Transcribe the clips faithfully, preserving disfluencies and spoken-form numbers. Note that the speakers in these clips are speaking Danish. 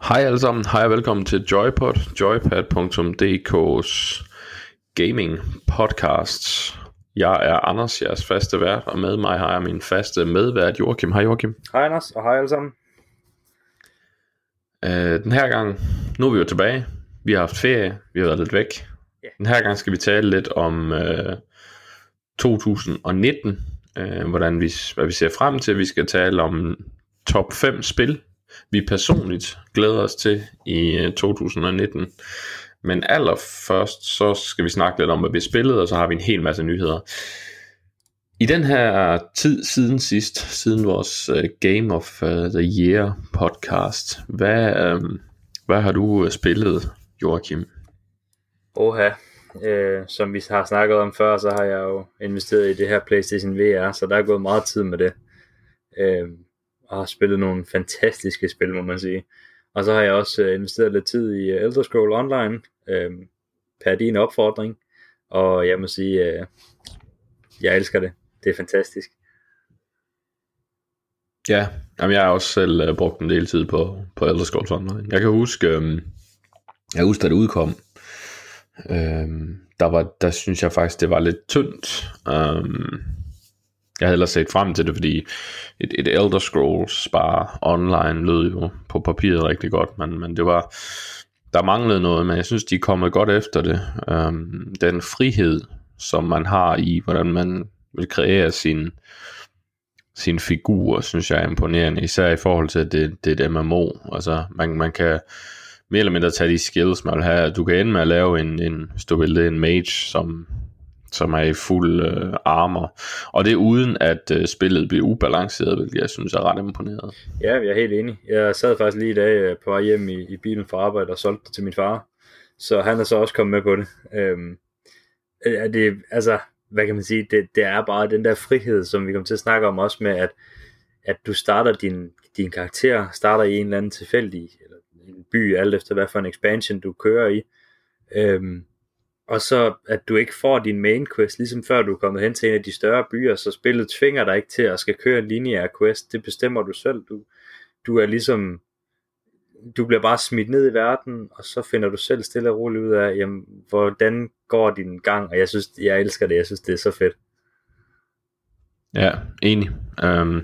Hej alle sammen, hej og velkommen til Joypod, joypad punktum d k's gaming podcast. Jeg er Anders, jeres faste vært, og med mig har jeg min faste medvært Joachim. Hej Joachim. Hej Anders, og hej alle sammen. Uh, den her gang, nu er vi jo tilbage. Vi har haft ferie, vi har været lidt væk. Yeah. Den her gang skal vi tale lidt om uh, to tusind nitten, uh, hvordan vi, hvad vi ser frem til. Vi skal tale om top fem spil, vi personligt glæder os til i uh, to tusind nitten. Men allerførst så skal vi snakke lidt om hvad vi spillede, og så har vi en hel masse nyheder. I den her tid siden sidst, siden vores uh, Game of uh, the Year podcast, hvad, um, hvad har du uh, spillet, Joachim? Oha, øh, som vi har snakket om før, så har jeg jo investeret i det her PlayStation V R, så der er gået meget tid med det. Øh, og har spillet nogle fantastiske spil, må man sige. Og så har jeg også øh, investeret lidt tid i uh, Elder Scrolls Online, øh, per din opfordring. Og jeg må sige, øh, jeg elsker det. Det er fantastisk. Ja, jamen jeg har også selv uh, brugt en del tid på, på Elder Scrolls Online. Jeg kan huske, um, jeg husker, da det udkom, um, der, var, der synes jeg faktisk, det var lidt tyndt. Um, jeg havde ellers set frem til det, fordi et, et Elder Scrolls bare online lød jo på papiret rigtig godt, men, men det var, der manglede noget, men jeg synes, de er kommet godt efter det. Um, den frihed, som man har i, hvordan man vil kreere sin, sin figur, synes jeg er imponerende, især i forhold til, at det, det er et M M O. Altså, man, man kan mere eller mindre tage de skills, man vil have. Du kan ende med at lave en, en hvis du vil det, en mage, som, som er i fuld øh, armor. Og det er uden, at øh, spillet bliver ubalanceret, hvilket jeg synes er ret imponeret. Ja, jeg er helt enig. Jeg sad faktisk lige i dag øh, på vej hjem i, i bilen fra arbejde og solgte det til min far. Så han er så også kommet med på det. Øhm, er det, altså... hvad kan man sige, det, det er bare den der frihed, som vi kommer til at snakke om også med, at, at du starter din, din karakter, starter i en eller anden tilfældig, eller en by, alt efter hvad for en expansion du kører i, øhm, og så at du ikke får din main quest, ligesom før du er kommet hen til en af de større byer, så spillet tvinger dig ikke til at skal køre en lineær quest, det bestemmer du selv, du, du er ligesom, du bliver bare smidt ned i verden, og så finder du selv stille og roligt ud af, jamen, hvordan går din gang, og jeg synes, jeg elsker det, jeg synes, det er så fedt. Ja, enig. Um,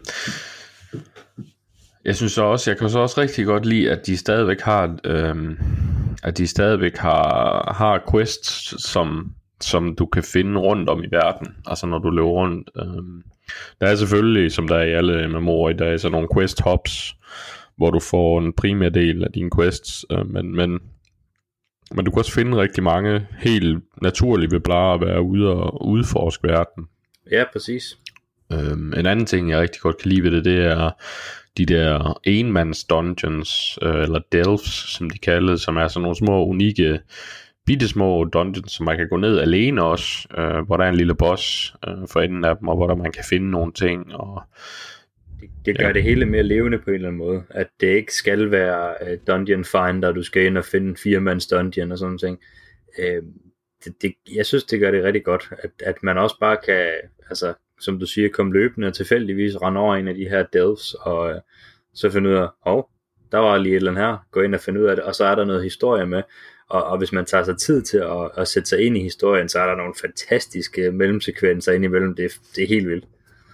jeg synes så også, jeg kan så også rigtig godt lide, at de stadigvæk har, um, at de stadigvæk har, har quests, som, som du kan finde rundt om i verden, altså når du løber rundt. Um, der er selvfølgelig, som der er i alle M M O'er, der er sådan nogle quest hubs, hvor du får en primær del af dine quests, øh, men, men, men du kan også finde rigtig mange helt naturligt ved bare at være ude og udforske verden. Ja, præcis. Øhm, en anden ting, jeg rigtig godt kan lide ved det, det er de der enmands dungeons, øh, eller delves, som de kalder, som er sådan nogle små, unikke, bittesmå dungeons, som man kan gå ned alene også, øh, hvor der er en lille boss øh, for enden af dem, og hvor der man kan finde nogle ting, og det gør ja. Det hele mere levende på en eller anden måde, at det ikke skal være uh, dungeon finder, du skal ind og finde en firemands dungeon og sådan ting. Uh, det, det, jeg synes det gør det rigtig godt, at, at man også bare kan, altså som du siger, komme løbende og tilfældigvis rende over en af de her delves, og uh, så finde ud af, hov, oh, der var lige et eller andet her, gå ind og finde ud af det, og så er der noget historie med, og, og hvis man tager sig tid til at, at sætte sig ind i historien, så er der nogle fantastiske mellemsekvenser ind imellem, det, det er helt vildt.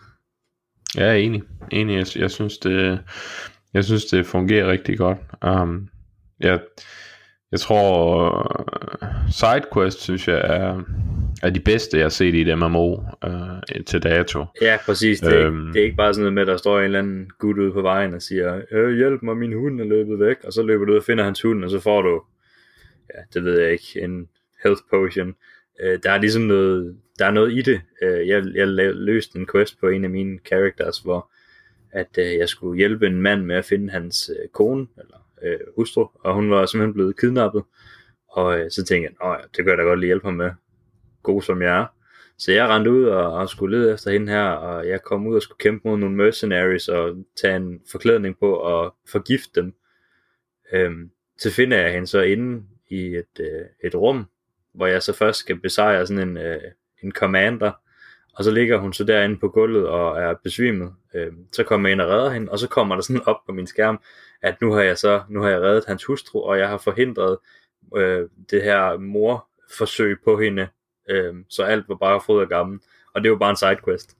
Ja, jeg er enig. enig. Jeg, jeg, synes, det, jeg synes, det fungerer rigtig godt. Um, jeg, jeg tror, uh, SideQuest, synes jeg, er, er de bedste, jeg har set i et M M O uh, til dato. Ja, præcis. Det er, um, ikke, det er ikke bare sådan noget med, at der står en eller anden gut ude på vejen og siger, øh, hjælp mig, min hund er løbet væk, og så løber du ud og finder hans hund, og så får du, ja, det ved jeg ikke, en health potion. Uh, der er ligesom noget... Der er noget i det. Jeg, jeg løste en quest på en af mine characters, hvor at øh, jeg skulle hjælpe en mand med at finde hans øh, kone, eller øh, hustru, og hun var simpelthen blevet kidnappet. Og øh, så tænkte jeg, åh, det gør jeg da godt lige hjælpe ham med, god som jeg er. Så jeg rendte ud og, og skulle lede efter hende her, og jeg kom ud og skulle kæmpe mod nogle mercenaries, og tage en forklædning på og forgifte dem. Øhm, så finder jeg hende så inde i et, øh, et rum, hvor jeg så først skal besejre sådan en... Øh, en commander, og så ligger hun så derinde på gulvet og er besvimet. Øh, så kommer jeg ind og redder hende, og så kommer der sådan op på min skærm, at nu har jeg så, nu har jeg reddet hans hustru, og jeg har forhindret øh, det her morforsøg på hende, øh, så alt var bare fryd og gammel, og det var bare en sidequest.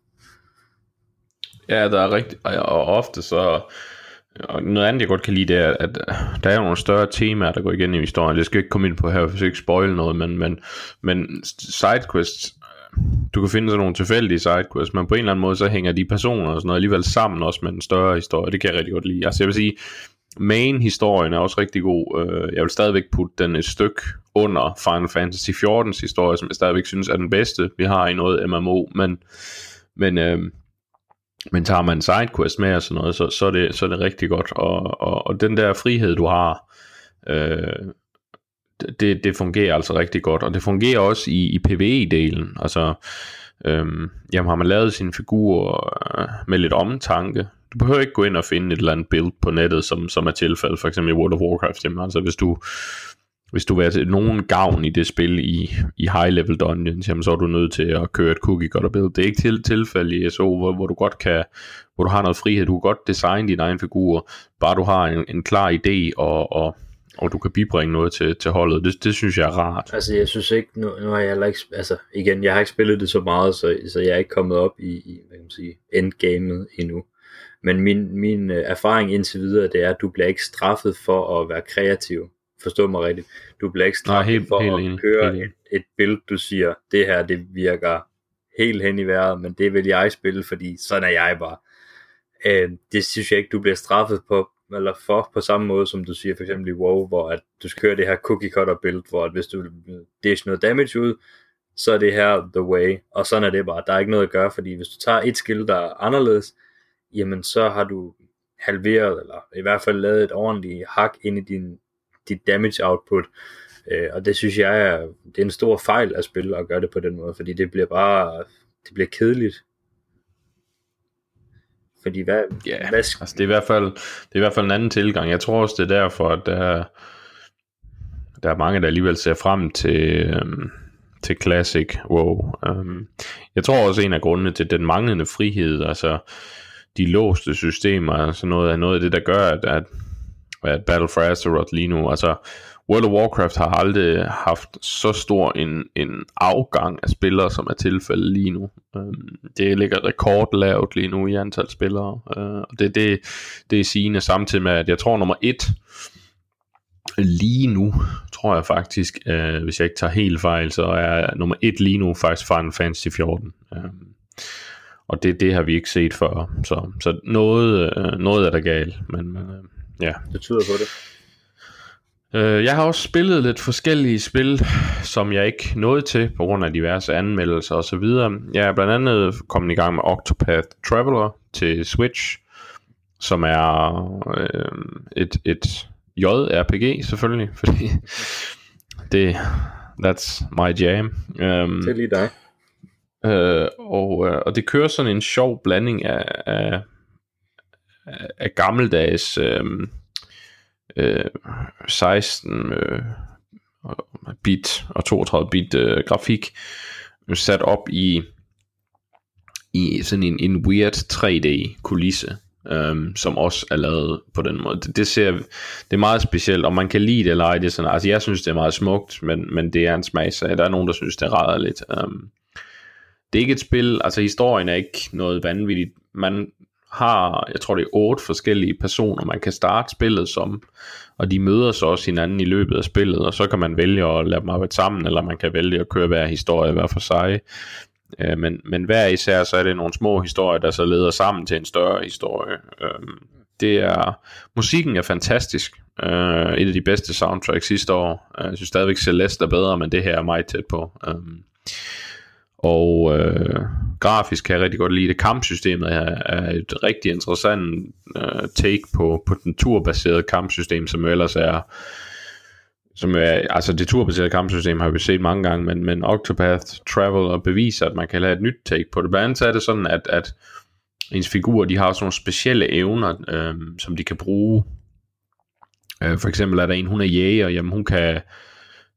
Ja, der er rigtigt, og ofte så, og noget andet jeg godt kan lide, det er, at der er nogle større temaer, der går igen i historien. Det skal jeg ikke komme ind på her, hvis jeg ikke spoil noget, men, men, men sidequests, du kan finde sådan nogle tilfældige sidequests, men på en eller anden måde, så hænger de personer og sådan noget alligevel sammen også med en større historie. Det kan jeg rigtig godt lide. Altså jeg vil sige, main-historien er også rigtig god. Jeg vil stadigvæk putte den et stykke under Final Fantasy fjortens historie, som jeg stadigvæk synes er den bedste, vi har i noget M M O, men, men, øh, men tager man en sidequest med og sådan noget, så, så, er, det, så er det rigtig godt. Og, og, og den der frihed, du har, øh, det, det fungerer altså rigtig godt, og det fungerer også i, i PvE-delen. Altså, øhm, jamen har man lavet sine figurer øh, med lidt omtanke. Du behøver ikke gå ind og finde et eller andet build på nettet, som, som er tilfældet, for eksempel i World of Warcraft. Jamen, altså hvis du, hvis du vil have nogen gavn i det spil i, i high-level dungeons, jamen, så er du nødt til at køre et cookie cutter build. Det er ikke til, tilfælde i S O, hvor, hvor du godt kan, hvor du har noget frihed. Du kan godt designe din egen figur, bare du har en, en klar idé, og, og og du kan bibringe noget til, til holdet. Det, det synes jeg er rart. Altså jeg synes ikke, nu, nu har jeg heller ikke, altså igen, jeg har ikke spillet det så meget, så, så jeg er ikke kommet op i, i hvad kan man sige, endgamet endnu. Men min, min erfaring indtil videre, det er, at du bliver ikke straffet for at være kreativ. Forstå mig rigtigt. Du bliver ikke straffet Nej, helt, for helt at enig, køre et, et build, du siger, det her, det virker helt hen i vejret, men det vil jeg spille, fordi sådan er jeg bare. Øh, det synes jeg ikke, du bliver straffet på, eller for på samme måde som du siger for eksempel i WoW, hvor at du skal køre det her cookie cutter build, hvor at hvis du dish noget damage ud, så er det her the way, og sådan er det bare. Der er ikke noget at gøre, fordi hvis du tager et skill, der er anderledes, jamen så har du halveret, eller i hvert fald lavet et ordentligt hak ind i din, dit damage output, øh, og det synes jeg er, det er en stor fejl at spille og gøre det på den måde, fordi det bliver bare, det bliver kedeligt. Fordi hvad, yeah, hvad sk- altså det er i hvert fald det er i hvert fald en anden tilgang. Jeg tror også det er derfor at der der er mange der alligevel ser frem til øhm, til Classic WoW. Øhm, jeg tror også en af grundene til den manglende frihed, altså de låste systemer, altså noget af noget af det der gør at, at, at Battle for Azeroth lige nu, altså World of Warcraft har aldrig haft så stor en, en afgang af spillere, som er tilfældet lige nu. Det ligger rekordlavt lige nu i antal spillere, og det, det, det er sigende, samtidig med, at jeg tror nummer et lige nu, tror jeg faktisk, hvis jeg ikke tager helt fejl, så er nummer et lige nu faktisk Final Fantasy fjorten. Og det, det har vi ikke set før, så, så noget, noget er der galt, men ja. Det tyder på det. Jeg har også spillet lidt forskellige spil, som jeg ikke nåede til på grund af diverse anmeldelser og så videre. Jeg er blandt andet kommet i gang med Octopath Traveler til Switch, som er øh, et, et J R P G selvfølgelig, fordi det that's my jam. Um, det er lige dig. Øh, og, og det kører sådan en sjov blanding af, af, af gammeldags Øh, Øh, seksten øh, bit og toogtredive bit øh, grafik sat op i i sådan en, en weird tre D kulisse, øh, som også er lavet på den måde. Det, det ser det er meget specielt, og man kan lide det eller ej. Det er sådan, altså jeg synes det er meget smukt, men, men det er en smagsag. Der er nogen der synes det er rædderligt. Øh, det er ikke et spil, altså historien er ikke noget vanvittigt. Man har, jeg tror det er otte forskellige personer, man kan starte spillet som, og de møder så også hinanden i løbet af spillet, og så kan man vælge at lade dem arbejde sammen, eller man kan vælge at køre hver historie hver for sig. Øh, men, men hver især, så er det nogle små historier, der så leder sammen til en større historie. Øh, det er, musikken er fantastisk. Øh, et af de bedste soundtracks sidste år. Jeg synes stadigvæk Celeste er bedre, men det her er meget tæt på. Øh, Og øh, grafisk kan jeg rigtig godt lide det. Kampsystemet er, er et rigtig interessant øh, take på, på den turbaserede kampsystem, som ellers er, som er, altså det turbaserede kampsystem har vi set mange gange, men, men Octopath Traveler beviser, at man kan lave et nyt take på det. Blandt andet er det sådan, at, at ens figurer, de har sådan nogle specielle evner, øh, som de kan bruge. Øh, for eksempel er der en, hun er jæger, jamen hun kan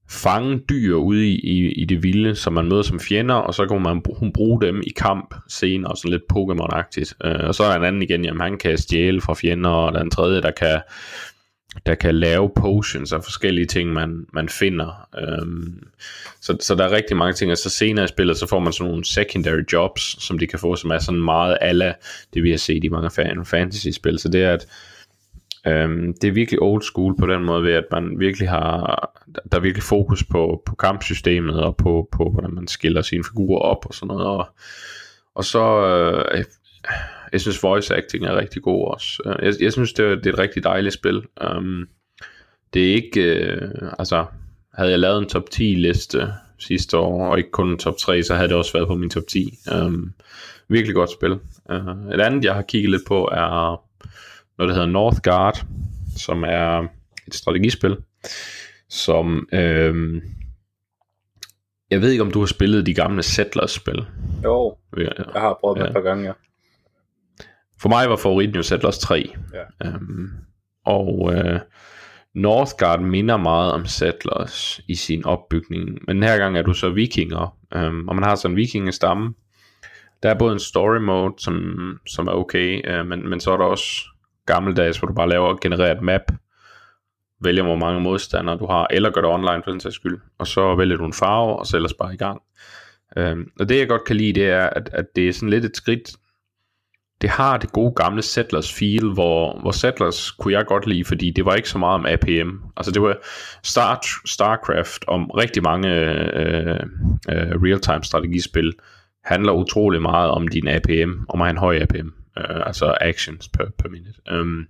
fange dyr ude i, i, i det vilde, som man møder som fjender, og så kan man hun bruge dem i kamp senere, sådan lidt Pokémon-agtigt. Øh, og så er en anden igen, jamen han kan stjæle fra fjender, og der er en tredje, der kan, der kan lave potions af forskellige ting, man, man finder. Øhm, så, så der er rigtig mange ting, og så senere i spillet, så får man sådan nogle secondary jobs, som de kan få, som er sådan meget ala det vi har set i mange fantasy-spil. Så det er, at øhm, det er virkelig old school på den måde, ved at man virkelig har, der er virkelig fokus på, på kampsystemet, og på, på hvordan man skiller sine figurer op, og sådan noget, og, og så øh, jeg synes voice acting er rigtig god også. Jeg, jeg synes det er, det er et rigtig dejligt spil. Um, det er ikke øh, altså havde jeg lavet en top ti liste sidste år, og ikke kun en top tre, så havde det også været på min top ti. Um, virkelig godt spil. Uh, et andet jeg har kigget lidt på er noget der hedder Northgard, som er et strategispil, som øh, jeg ved ikke om du har spillet de gamle Settlers-spil. Jo, jeg har prøvet det ja. et par gange, ja. For mig var favoritten jo Settlers tre. Ja. Um, og øh, Northgard minder meget om Settlers i sin opbygning, men den her gang er du så vikinger, um, og man har sådan en vikingestamme. Der er både en story mode, som, som er okay, uh, men, men så er der også gammeldags, hvor du bare laver og genererer et map, vælger hvor mange modstandere du har, eller gør det online for den sags skyld, og så vælger du en farve, og så ellers bare i gang. Um, og det jeg godt kan lide, det er, at, at det er sådan lidt et skridt. Det har det gode gamle Settlers feel, hvor, hvor Settlers kunne jeg godt lide, fordi det var ikke så meget om A P M. Altså det var Star, Starcraft om rigtig mange øh, øh, real-time strategispil, handler utrolig meget om din A P M, om at have en høj A P M, øh, altså actions per, per minute. Um,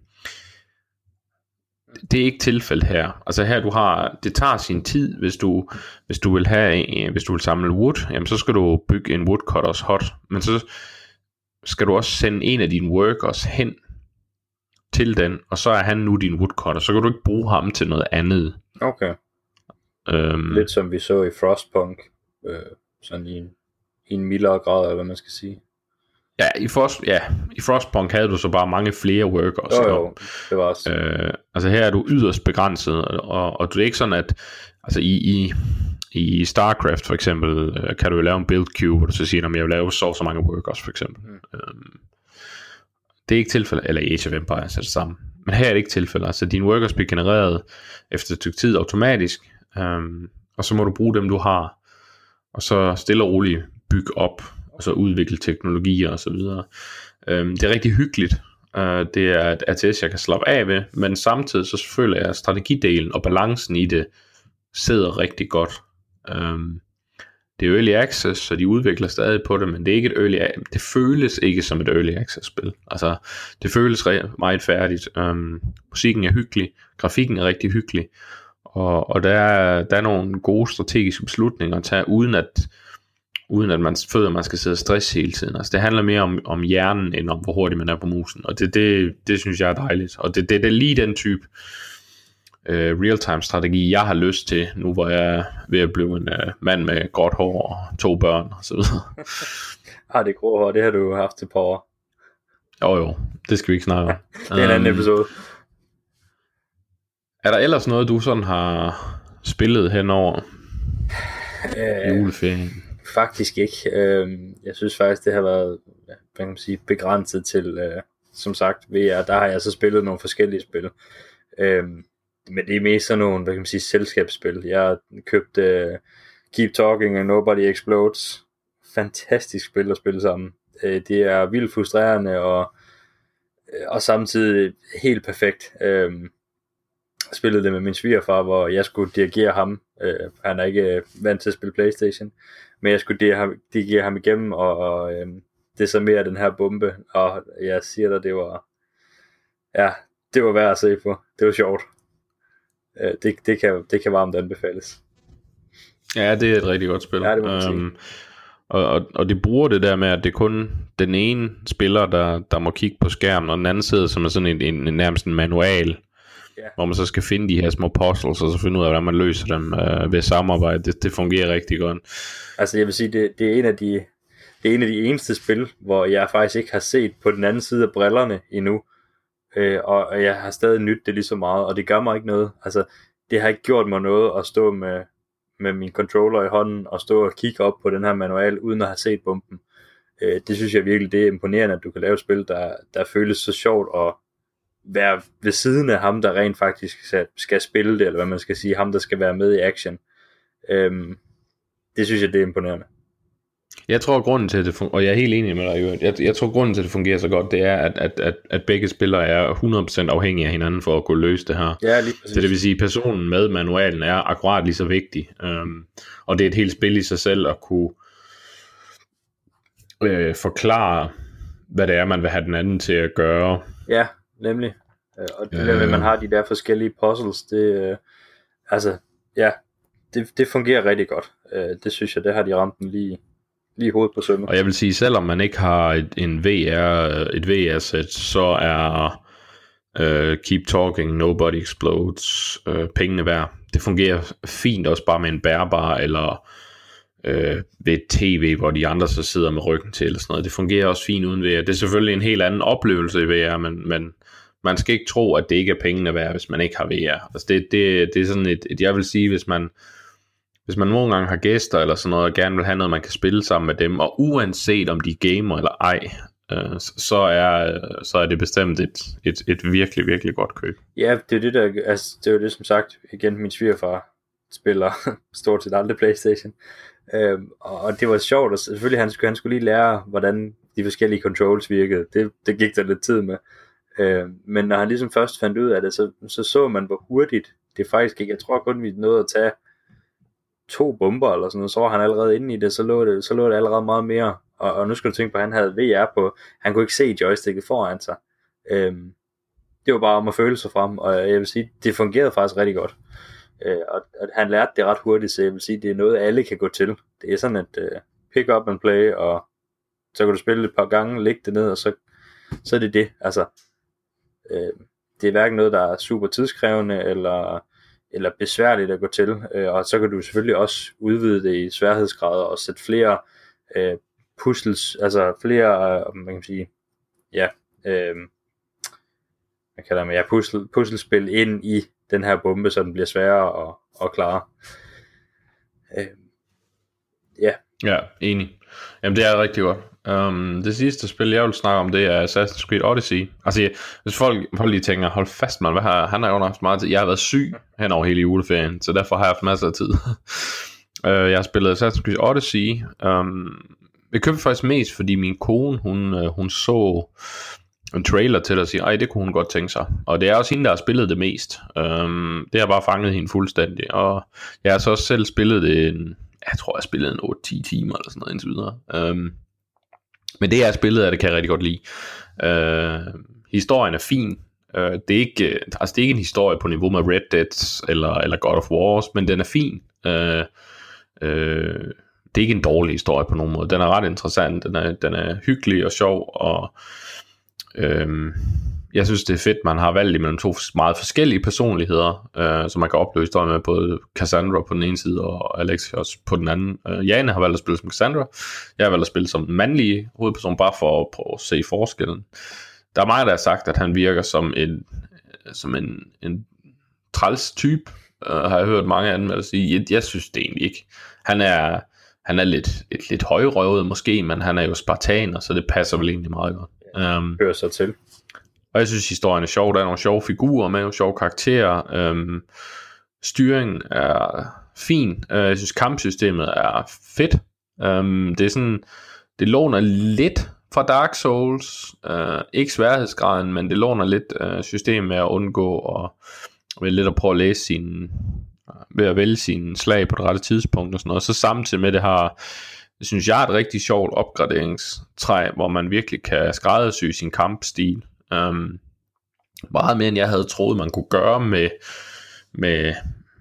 det er ikke tilfældet her. Altså her du har, det tager sin tid, hvis du, hvis du vil have, hvis du vil samle wood, jamen så skal du bygge en woodcutters hut, men så skal du også sende en af dine workers hen til den, og så er han nu din woodcutter, så kan du ikke bruge ham til noget andet. Okay. Øhm, Lidt som vi så i Frostpunk, øh, sådan i en, i en mildere grad, eller hvad man skal sige. Ja, i, Frost, ja, i Frostpunk havde du så bare mange flere workers. Jo, jo, det var også. Øh, altså her er du yderst begrænset, og, og det er ikke sådan, at altså i... i I StarCraft for eksempel øh, kan du jo lave en build queue, hvor du så siger, at jeg vil lave så så mange workers for eksempel. Mm. Øhm, det er ikke tilfældet, eller i Age of Empires er det samme. Men her er det ikke tilfældet. Altså dine workers bliver genereret efter et stykke tid automatisk, øhm, og så må du bruge dem du har, og så stille og roligt bygge op, og så udvikle teknologier og så videre. Øhm, det er rigtig hyggeligt. Øh, det er et R T S jeg kan slappe af ved, men samtidig så føler jeg at strategidelen og balancen i det sidder rigtig godt. Um, det er early access, så de udvikler stadig på det, men det er ikke et early, det føles ikke som et early access spil. Altså det føles meget færdigt. Um, musikken er hyggelig, grafikken er rigtig hyggelig, og, og der, er, der er nogle gode strategiske beslutninger at tage, uden at uden at man føler at man skal sidde og stress hele tiden. Altså det handler mere om, om hjernen end om hvor hurtigt man er på musen, og det, det, det synes jeg er dejligt, og det, det, det er lige den type Uh, real-time strategi jeg har lyst til nu hvor jeg er ved at blive en uh, mand med gråt hår og to børn og så videre. Har det grå hår, det har du jo haft til på år. Jo jo, det skal vi ikke snakke om. Det er en anden um, episode. Er der ellers noget du sådan har spillet henover uh, juleferien? Faktisk ikke. uh, Jeg synes faktisk det har været, hvad kan man sige, begrænset til uh, som sagt V R. Der har jeg så spillet nogle forskellige spil. uh, Men det er mest sådan nogle, hvad kan man sige, selskabsspil. Jeg har købt uh, Keep Talking and Nobody Explodes. Fantastisk spil at spille sammen. Uh, det er vildt frustrerende og, uh, og samtidig helt perfekt. Uh, jeg spillede det med min svigerfar, hvor jeg skulle dirigere ham. Uh, han er ikke uh, vant til at spille PlayStation, men jeg skulle dirigere ham, dirigere ham igennem, og, og uh, desarmere den her bombe. Og jeg siger dig, det var, ja, det var værd at se på. Det var sjovt. Det, det, kan, det kan varmt anbefales. Ja, det er et rigtig godt spil. Ja, det må man um, og, og, og de bruger det der med, at det er kun den ene spiller, der, der må kigge på skærmen, og den anden sidder som er sådan en, en, en nærmest en manual, ja. Hvor man så skal finde de her små puzzles, og så finde ud af, hvordan man løser dem uh, ved samarbejde. Det, det fungerer rigtig godt. Altså jeg vil sige, det, det er en af de det er en af de eneste spil, hvor jeg faktisk ikke har set på den anden side af brillerne endnu. Øh, og, og jeg har stadig nydt det lige så meget, og det gør mig ikke noget. Altså det har ikke gjort mig noget at stå med med min controller i hånden og stå og kigge op på den her manual uden at have set bomben. Øh, det synes jeg virkelig, det er imponerende, at du kan lave et spil, der, der føles så sjovt og være ved siden af ham, der rent faktisk skal, skal spille det, eller hvad man skal sige, ham der skal være med i action. Øhm, det synes jeg, det er imponerende. Jeg tror grunden til det fungerer, og jeg er helt enig med dig, jeg, jeg tror grunden til at det fungerer så godt, det er at, at, at, at begge spillere er hundrede procent afhængige af hinanden for at kunne løse det her. Ja, lige præcis. Så det vil sige, at personen med manualen er akkurat lige så vigtig, øhm, og det er et helt spil i sig selv at kunne øh, forklare, hvad det er, man vil have den anden til at gøre. Ja, nemlig. Og det der med, at man har de der forskellige puzzles, det, øh, altså, ja, det, det fungerer rigtig godt. Øh, det synes jeg, det har de ramt den lige, lige i hovedet på sømmet. Og jeg vil sige, selvom man ikke har et, en V R, et V R-sæt, så er uh, Keep Talking, Nobody Explodes uh, pengene værd. Det fungerer fint også bare med en bærbar, eller uh, ved et tv, hvor de andre så sidder med ryggen til, eller sådan noget. Det fungerer også fint uden V R. Det er selvfølgelig en helt anden oplevelse i V R, men, men man skal ikke tro, at det ikke er pengene værd, hvis man ikke har V R. Altså det, det, det er sådan et, et, jeg vil sige, hvis man Hvis man nogle gange har gæster eller sådan noget, og gerne vil have noget, man kan spille sammen med dem, og uanset om de er gamer eller ej, øh, så, er, så er det bestemt et, et, et virkelig, virkelig godt køb. Ja, det er det der, altså det er jo det som sagt, igen min svigerfar spiller stort set aldrig PlayStation, øhm, og det var sjovt, og selvfølgelig han skulle, han skulle lige lære, hvordan de forskellige controls virkede, det, det gik der lidt tid med, øhm, men når han ligesom først fandt ud af det, så så, så man, hvor hurtigt det faktisk gik. Jeg tror kun vi nåede at tage to bomber eller sådan noget, så var han allerede inde i det, så lå det, så lå det allerede meget mere, og, og nu skal du tænke på, at han havde V R på, han kunne ikke se joysticket foran sig, øhm, det var bare om at føle sig frem, og jeg vil sige, det fungerede faktisk rigtig godt, øh, og, og han lærte det ret hurtigt, så jeg vil sige, det er noget, alle kan gå til. Det er sådan et uh, pick up and play, og så kan du spille et par gange, lægge det ned, og så, så er det det, altså, øh, det er hverken noget, der er super tidskrævende, eller eller besværligt at gå til, øh, og så kan du selvfølgelig også udvide det i sværhedsgrader og sætte flere øh, puzzles, altså flere, øh, man kan sige, ja, øh, hvad kalder man, ja, puzzle, puzzlespil ind i den her bombe, så den bliver sværere at, at klare. Øh, ja. Ja, enig. Jamen det er rigtig godt. Um, det sidste spil jeg vil snakke om, det er Assassin's Creed Odyssey. Altså hvis folk, folk lige tænker, hold fast man, hvad har, han har jo haft meget tid. Jeg har været syg hen over hele juleferien, så derfor har jeg haft masser af tid. uh, Jeg har spillet Assassin's Creed Odyssey. um, Jeg købte faktisk mest, fordi min kone, hun, uh, hun så en trailer til at sige, ej det kunne hun godt tænke sig. Og det er også hende, der har spillet det mest. um, Det har bare fanget hende fuldstændig. Og jeg har så også selv spillet det en, jeg tror jeg spillede en otte til ti timer eller sådan noget indtil videre. um, Men det jeg spillet af det kan jeg rigtig godt lide. uh, Historien er fin. uh, det, er ikke, altså det er ikke en historie på niveau med Red Dead eller, eller God of War, men den er fin. uh, uh, Det er ikke en dårlig historie på nogen måde. Den er ret interessant. Den er, den er hyggelig og sjov, og uh, jeg synes det er fedt, man har valgt imellem to meget forskellige personligheder, øh, som man kan opleve historien med, både Cassandra på den ene side og Alexios på den anden. øh, Jane har valgt at spille som Cassandra, jeg har valgt at spille som den mandlige hovedperson, bare for at prøve at se forskellen. Der er meget der har sagt, at han virker som en, som en, en træls type, øh, har jeg hørt mange anmeldere sige. Jeg, jeg synes det egentlig ikke. Han er, han er lidt, et, lidt højrøvet måske, men han er jo spartaner, så det passer vel egentlig meget godt. Ja, um, hører sig til. Og jeg synes historien er sjov. Der er nogle sjove figurer med, nogle sjove karakterer. Øhm, styringen er fin. Øh, jeg synes kampsystemet er fedt. Øhm, det er sådan, det låner lidt fra Dark Souls. Øh, ikke sværhedsgraden, men det låner lidt øh, system med at undgå og ved lidt at prøve at læse sin, ved at vælge sine slag på det rette tidspunkt og sådan noget. Så samtidig med det har, det synes jeg er et rigtig sjovt opgraderingstræ, hvor man virkelig kan skræddersy sin kampstil. Um, meget mere end jeg havde troet man kunne gøre med med,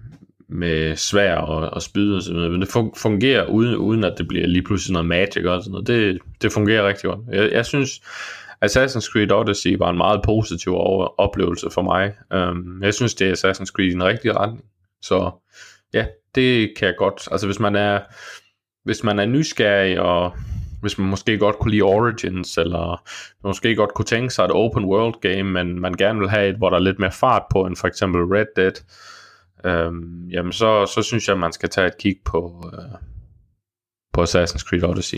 med svær og, og spyd og sådan noget. Men det fungerer uden, uden at det bliver lige pludselig noget magic og sådan noget. Det, det fungerer rigtig godt. Jeg, jeg synes Assassin's Creed Odyssey var en meget positiv over, oplevelse for mig. um, Jeg synes det er Assassin's Creed i en rigtig retning. Så ja, det kan jeg godt. Altså hvis man er hvis man er nysgerrig, og hvis man måske godt kunne lide Origins, eller måske godt kunne tænke sig et open world game, men man gerne vil have et, hvor der er lidt mere fart på, end for eksempel Red Dead, øhm, jamen så, så synes jeg, man skal tage et kig på, øh, på Assassin's Creed Odyssey.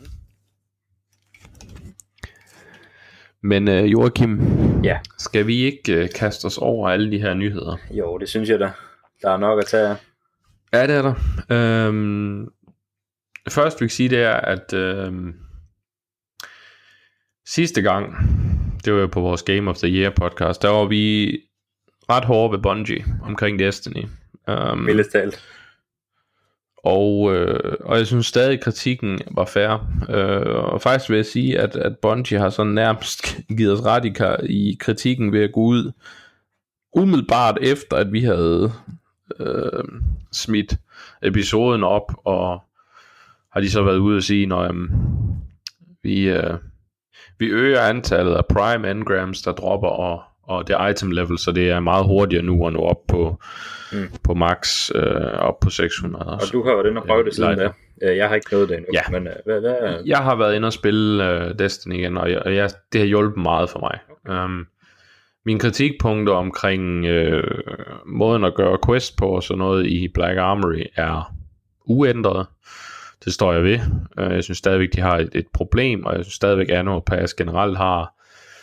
Men øh, Joachim, ja. Skal vi ikke øh, kaste os over alle de her nyheder? Jo, det synes jeg da. Der er nok at tage. Ja, det er der. Øhm, først vil jeg sige, det er, at øhm, sidste gang, det var jo på vores Game of the Year podcast, der var vi ret hårde ved Bungie omkring Destiny. Um, Mildest talt. Og, øh, og jeg synes stadig kritikken var fair. øh, Og faktisk vil jeg sige at, at Bungie har sådan nærmest givet os ret i, i kritikken ved at gå ud umiddelbart efter at vi havde øh, smidt episoden op. Og har de så været ude og sige, når um, vi, øh, vi øger antallet af prime engrams der dropper, og, og det item level, så det er meget hurtigere nu at nå op på Mm. på max øh, op på seks hundrede. Og du har været inde og prøve det siden da. Jeg har ikke prøvet det endnu. Ja. Men, uh, hvad, hvad... Jeg har været inde og spille uh, Destiny igen, og, jeg, og jeg, det har hjulpet meget for mig. Okay. Um, mine kritikpunkter omkring uh, måden at gøre quest på og sådan noget i Black Armory er uændret. Det står jeg ved. Uh, jeg synes stadigvæk, de har et, et problem, og jeg synes stadigvæk, at Anno Pass generelt har...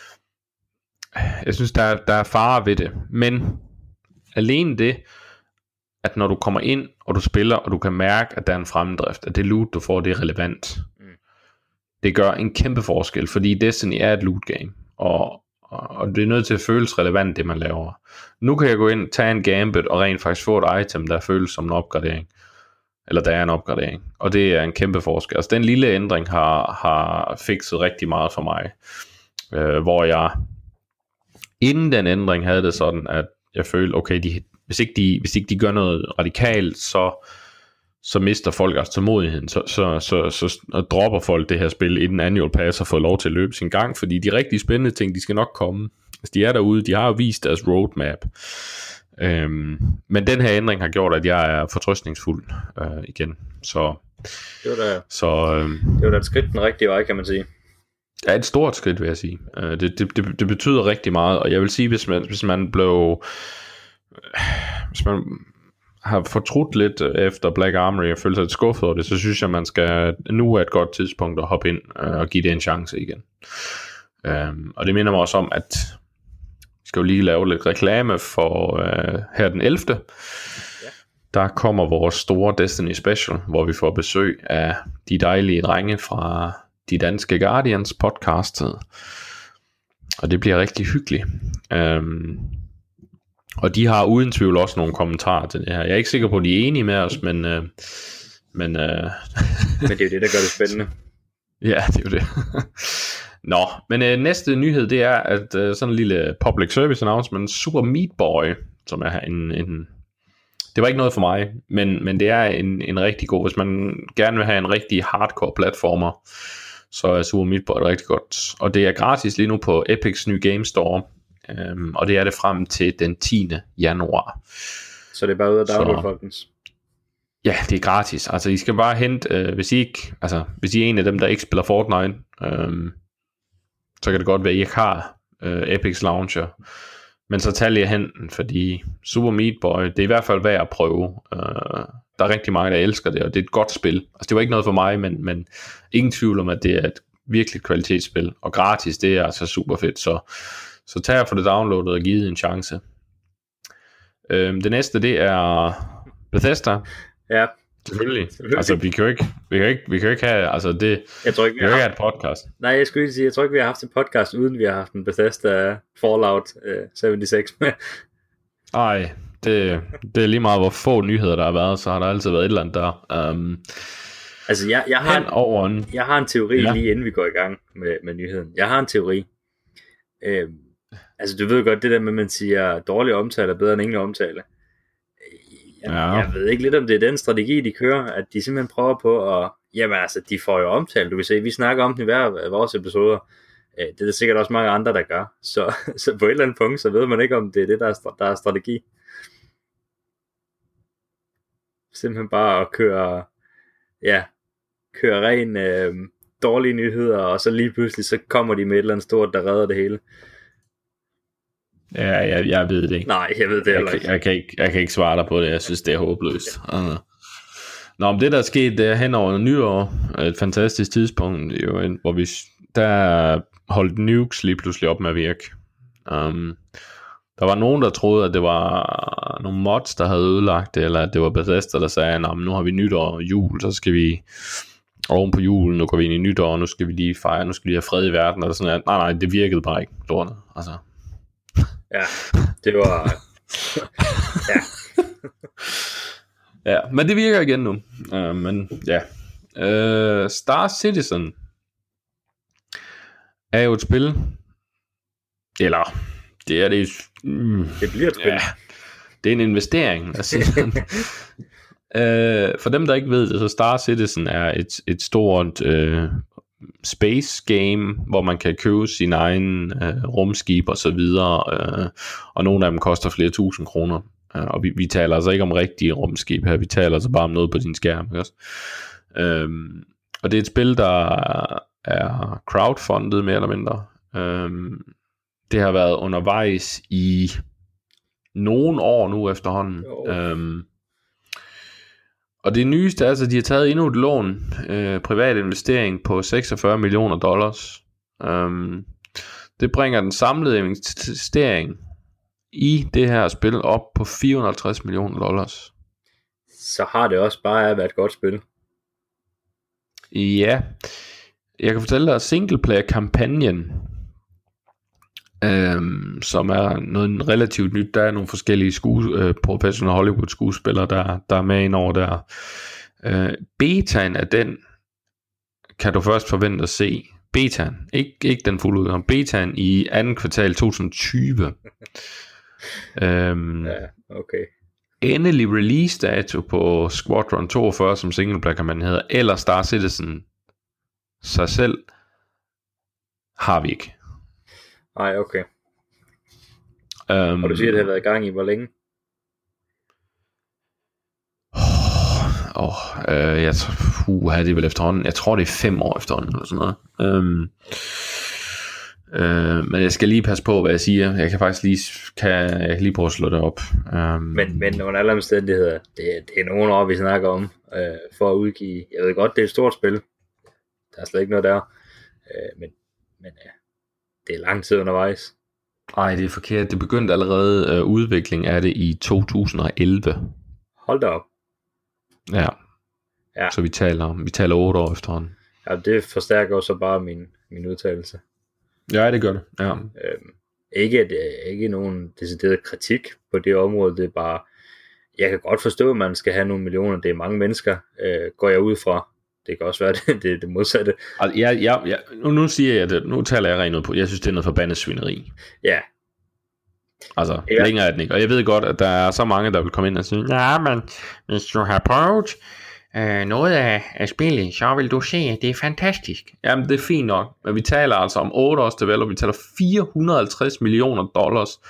Jeg synes, der, der er fare ved det. Men alene det, at når du kommer ind, og du spiller, og du kan mærke, at der er en fremdrift, at det loot, du får, det er relevant. Mm. Det gør en kæmpe forskel, fordi Destiny er et loot game, og, og det er nødt til at føles relevant, det man laver. Nu kan jeg gå ind, tage en gambit, og rent faktisk få et item, der føles som en opgradering. Eller der er en opgradering, og det er en kæmpe forskel. Altså den lille ændring har, har fikset rigtig meget for mig, øh, hvor jeg inden den ændring havde det sådan, at jeg følte, okay, de, hvis, ikke de, hvis ikke de gør noget radikalt, så, så mister folk altså tålmodigheden, så, så, så, så, så dropper folk det her spil, inden Annual Pass har fået lov til at løbe sin gang, fordi de rigtig spændende ting, de skal nok komme. Hvis de er derude, de har jo vist deres roadmap. Øhm, men den her ændring har gjort, at jeg er fortrøstningsfuld øh, igen. Så, det var da, så, øh, det var da et skridt den rigtige vej, kan man sige. Det er et stort skridt, vil jeg sige. Det, det, det, det betyder rigtig meget, og jeg vil sige, hvis man, hvis man blev... Hvis man har fortrudt lidt efter Black Armory og føler sig lidt skuffet over det, så synes jeg, man skal... Nu er et godt tidspunkt at hoppe ind og give det en chance igen. Um, og det minder mig også om, at vi skal jo lige lave lidt reklame for uh, her den ellevte Ja. Der kommer vores store Destiny Special, hvor vi får besøg af de dejlige drenge fra de danske Guardians podcast, og det bliver rigtig hyggeligt. Um, og de har uden tvivl også nogle kommentarer til det her. Jeg er ikke sikker på, at de er enige med os, men uh, men, uh... men det er jo det, der gør det spændende. Ja, det er jo det. Nå, men uh, næste nyhed, det er at uh, sådan en lille public service announcement, Super Meat Boy, som er en, en det var ikke noget for mig, men, men det er en, en rigtig god, hvis man gerne vil have en rigtig hardcore platformer, så er Super Meat Boy rigtig godt. Og det er gratis lige nu på Epics nye Game Store, øhm, og det er det frem til den tiende januar. Så det er bare ud af download, folkens? Ja, det er gratis. Altså I skal bare hente, øh, hvis I ikke, altså hvis I er en af dem, der ikke spiller Fortnite, øh, så kan det godt være, at I ikke har øh, Epics Launcher. Men så tag lige hen, fordi Super Meat Boy, det er i hvert fald værd at prøve. Uh, der er rigtig mange, der elsker det, og det er et godt spil. Altså det var ikke noget for mig, men, men ingen tvivl om, at det er et virkelig kvalitetsspil. Og gratis, det er altså super fedt. Så, så tag og få det downloadet og givet en chance. Uh, det næste, det er Bethesda. Ja. Selvfølgelig. Altså vi kan jo ikke, vi kan jo ikke, vi kan jo ikke have, altså det, jeg tror ikke, vi, vi har ikke have et podcast. Nej, jeg skulle ikke sige, jeg tror ikke, vi har haft en podcast, uden vi har haft en Bethesda Fallout uh, seventy-six med. Nej, det, det er lige meget, hvor få nyheder der har været, så har der altid været et eller andet der. Um, altså jeg, jeg, har en, over en, jeg har en teori, ja. lige inden vi går i gang med, med nyheden. Jeg har en teori. Uh, altså du ved godt, det der med, at man siger, dårlig omtale er bedre end ingen omtale. Jeg, ja. jeg ved ikke lidt, om det er den strategi, de kører, at de simpelthen prøver på at, jamen altså, de får jo omtale, du kan se, vi snakker om den i hver af vores episoder, det er der sikkert også mange andre, der gør, så, så på et eller andet punkt, så ved man ikke, om det er det, der er, der er strategi. Simpelthen bare at køre, ja, køre ren øh, dårlige nyheder, og så lige pludselig, så kommer de med et eller andet stort, der redder det hele. Ja, jeg, jeg ved det ikke. Nej, jeg ved det heller ikke. Jeg, jeg, kan ikke. jeg kan ikke svare dig på det. Jeg synes, det er håbløst. Okay. Nå, men det der er sket, det er hen over nytår, et fantastisk tidspunkt, jo, hvor vi, der holdt nukes lige pludselig op med at virke. Um, der var nogen, der troede, at det var nogle mods, der havde ødelagt det, eller at det var Bethesda, der sagde, at nu har vi nytår og jul, så skal vi oven på julen, nu går vi ind i nytår, nu skal vi lige fejre, nu skal vi have fred i verden, og sådan noget. Nej, nej, det virkede bare ikke, lortet. Altså. Ja, det var... ja. Ja, men det virker igen nu. Uh, men ja. Uh, Star Citizen er jo et spil. Eller, det er det... Mm, det bliver et spil. Ja, det er en investering. Altså, uh, for dem, der ikke ved det, så Star Citizen er et, et stort uh, space game, hvor man kan købe sin egen uh, rumskib og så videre. Uh, og nogle af dem koster flere tusind kroner. Og vi, vi taler altså ikke om rigtige rumskib her, vi taler altså bare om noget på din skærm, ikke også? Øhm, og det er et spil, der er crowdfundet mere eller mindre. Øhm, det har været undervejs i nogle år nu efterhånden. Øhm, og det nyeste er altså, at de har taget endnu et lån, øh, privat investering på seksogfyrre millioner dollars. Øhm, det bringer den samlede investering i det her spil op på fire hundrede og halvtreds millioner dollars. Så har det også bare været et godt spil. Ja. Jeg kan fortælle dig, singleplayer-kampagnen, øhm, som er noget relativt nyt, der er nogle forskellige skue, øh, professionelle Hollywood skuespillere, der, der er med ind over der. Øh, betaen af den, kan du først forvente at se. Betaen, ikke, ikke den fulde udgave, betaen i anden kvartal to tusind og tyve. Øhm, ja, okay. Endelig release dato på Squadron toogfyrre, som singleplayer kan man hedder, eller Star Citizen sig selv, har vi ikke. Nej, okay. Um, og du siger, at det har været i gang i hvor længe? Åh, oh, øh, jeg tror, uh, det er vel efterhånden. Jeg tror, det er fem år efterhånden eller sådan noget. Um, øh, men jeg skal lige passe på, hvad jeg siger. Jeg kan faktisk lige, kan, jeg kan lige prøve at slå det op. Um, men, men under alle omstændigheder, det, det er nogle år, vi snakker om, øh, for at udgive. Jeg ved godt, det er et stort spil. Der er slet ikke noget der. Øh, men men ja, det er lang tid undervejs. Nej, det er forkert. Det begyndte allerede øh, udvikling af det i to tusind og elleve. Hold da op. Ja. Ja. Så vi taler vi taler otte år efterhånden. Ja, det forstærker også bare min min udtalelse. Ja, det gør det. Ja. Øhm, ikke at ikke nogen decideret kritik på det område, det er bare, jeg kan godt forstå, at man skal have nogle millioner. Det er mange mennesker, øh, går jeg ud fra. Det kan også være det, det, det modsatte. Altså, jeg, jeg, jeg, nu, nu siger jeg det, nu taler jeg rent ud på, jeg synes det er noget forbandet svineri. Ja. Altså, ja. Længere er den ikke. Og jeg ved godt, at der er så mange, der vil komme ind og sige, ja, men hvis du har prøvet øh, noget af, af spillet, så vil du se, at det er fantastisk. Jamen, det er fint nok. Men vi taler altså om otte års develop, vi taler fire hundrede og halvtreds millioner dollars.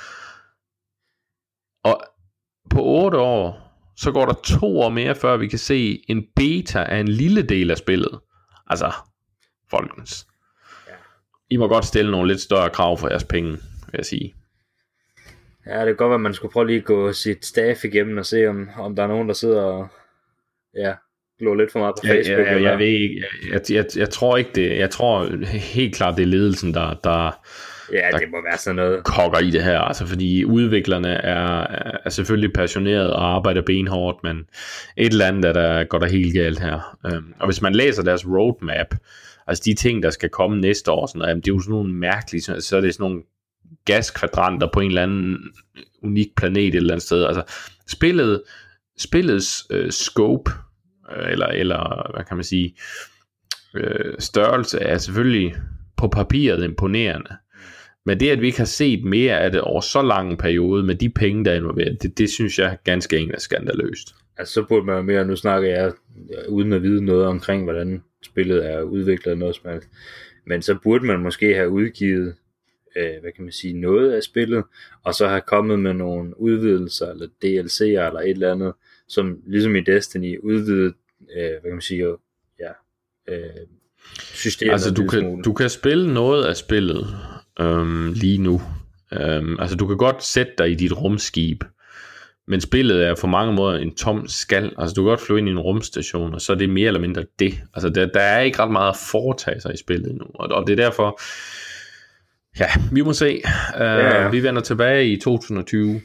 Og på otte år, så går der to år mere, før vi kan se en beta af en lille del af spillet. Altså, folkens. Ja. I må godt stille nogle lidt større krav for jeres penge, vil jeg sige. Ja, det kan godt være, at man skulle prøve lige at gå sit staff igennem og se, om, om der er nogen, der sidder og ja, glor lidt for meget på Facebook. Ja, ja, jeg, jeg, ved ikke, jeg, jeg, jeg tror ikke det. Jeg tror helt klart, det er ledelsen, der, der, ja, der det må være sådan noget. kokker i det her. Altså, fordi udviklerne er, er selvfølgelig passionerede og arbejder benhårdt, men et eller andet, der, der går der helt galt her. Og hvis man læser deres roadmap, altså de ting, der skal komme næste år, sådan noget, det er jo sådan nogle mærkelige, så er det sådan nogle gaskvadranter på en eller anden unik planet et eller andet sted. Altså spillet, spillets øh, scope, øh, eller, eller hvad kan man sige, øh, størrelse er selvfølgelig på papiret imponerende. Men det, at vi ikke har set mere af det over så lang en periode, med de penge, der er involveret, det, det synes jeg ganske enkelt er skandaløst. Altså så burde man jo mere, nu snakker jeg uden at vide noget omkring, hvordan spillet er udviklet noget som helst. Men så burde man måske have udgivet hvad kan man sige, noget af spillet, og så har kommet med nogle udvidelser, eller D L C'er, eller et eller andet, som ligesom i Destiny, udvidet, øh, hvad kan man sige, ja, øh, systemet. Altså du kan, du kan spille noget af spillet øhm, lige nu, Øhm, altså du kan godt sætte dig i dit rumskib, men spillet er på mange måder en tom skal. Altså du kan godt flyve ind i en rumstation, og så er det mere eller mindre det. Altså der, der er ikke ret meget at foretage sig i spillet nu, og, og det er derfor, ja, vi må se. Uh, ja, ja. Vi vender tilbage i to tusind og tyve.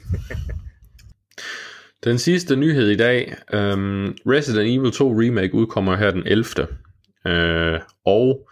Den sidste nyhed i dag, um, Resident Evil to Remake udkommer her den ellevte Uh, og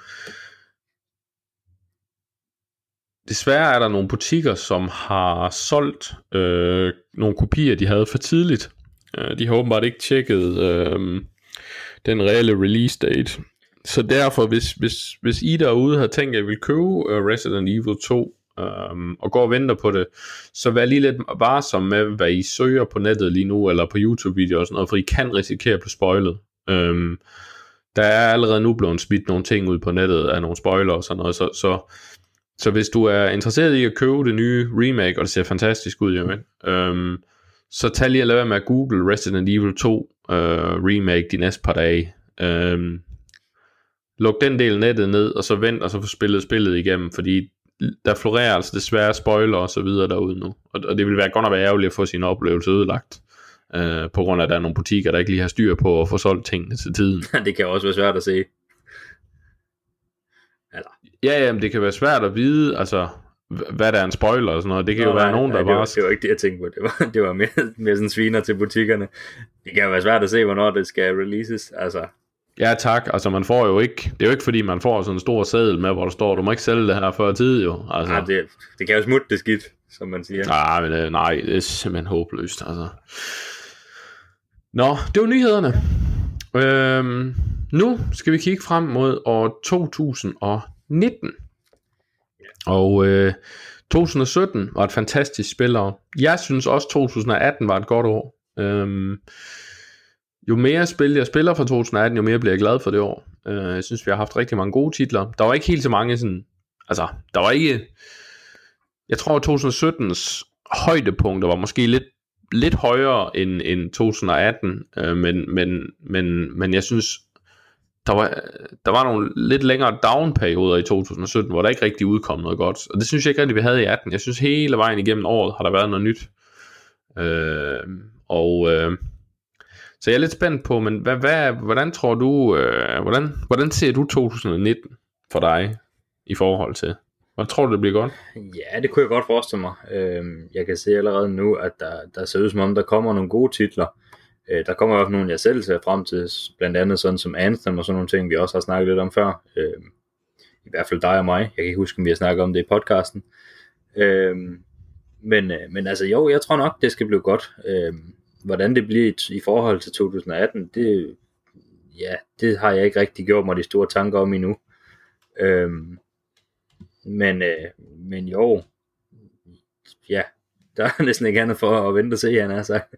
desværre er der nogle butikker, som har solgt øh, nogle kopier, de havde for tidligt. Uh, de har åbenbart ikke tjekket øh, den reelle release date. Så derfor, hvis, hvis, hvis I derude har tænkt, at I vil købe uh, Resident Evil to, øh, og går og venter på det, så vær lige lidt varsom med, hvad I søger på nettet lige nu, eller på YouTube-videoer og sådan noget, for I kan risikere at blive spoilet. Øh, der er allerede nu blevet smidt nogle ting ud på nettet af nogle spoiler og sådan noget, så... så Så hvis du er interesseret i at købe det nye remake, og det ser fantastisk ud, jamen, øhm, så tag lige at lade være med at google Resident Evil to øh, remake de næste par dage. Øhm, luk den del nettet ned, og så vent, og så få spillet spillet igennem, fordi der florerer altså desværre spoiler og så videre derude nu. Og, og det vil være godt at være ærgerligt at få sin oplevelse ødelagt, øh, på grund af, at der er nogle butikker, der ikke lige har styr på at få solgt tingene til tiden. Det kan også være svært at se. Eller? Ja, jamen, det kan være svært at vide, altså, hvad der er en spoiler og sådan noget. Det kan Nå, jo være nej, nogen, der nej, bare... Det var, det var ikke det, jeg tænkte på. Det var, det var mere, mere sådan sviner til butikkerne. Det kan jo være svært at se, hvornår det skal releases, altså... Ja, tak. Altså, man får jo ikke... Det er jo ikke, fordi man får sådan en stor seddel med, hvor der står, du må ikke sælge det her før tid, jo. Altså... Nej, det, det kan jo smutte det skidt, som man siger. Nej, men det, nej, det er simpelthen håbløst, altså. Nå, det var nyhederne. Øhm, nu skal vi kigge frem mod år to tusind og nitten. Og øh, to tusind og sytten var et fantastisk spilår. Jeg synes også to tusind og atten var et godt år. øhm, Jo mere spil jeg spiller fra to tusind og atten, jo mere bliver jeg glad for det år. øh, Jeg synes vi har haft rigtig mange gode titler. Der var ikke helt så mange sådan, altså der var ikke, jeg tror at to tusind og syttens højdepunkter var måske lidt lidt højere end, end to tusind og atten, øh, men, men, men, men jeg synes Der var, der var nogle lidt længere down-perioder i to tusind og sytten, hvor der ikke rigtig udkom noget godt. Og det synes jeg ikke rigtig, vi havde i atten. Jeg synes hele vejen igennem året har der været noget nyt. Øh, og øh, så jeg er lidt spændt på, men hvad, hvad, hvordan tror du, øh, hvordan, hvordan ser du to tusind og nitten for dig i forhold til? Hvad tror du, det bliver godt? Ja, det kunne jeg godt forestille mig. Øh, jeg kan se allerede nu, at der, der ser ud som om, der kommer nogle gode titler. Øh, der kommer også nogle, jeg selv ser frem til, blandt andet sådan som Anthem og sådan nogle ting, vi også har snakket lidt om før. Øh, I hvert fald dig og mig. Jeg kan ikke huske, om vi har snakket om det i podcasten. Øh, men, øh, men altså jo, jeg tror nok, det skal blive godt. Øh, hvordan det bliver i, i forhold til to tusind og atten, det, ja, det har jeg ikke rigtig gjort mig de store tanker om endnu. Øh, men, øh, men jo, ja, der er næsten ikke andet for at vente og se, han har sagt.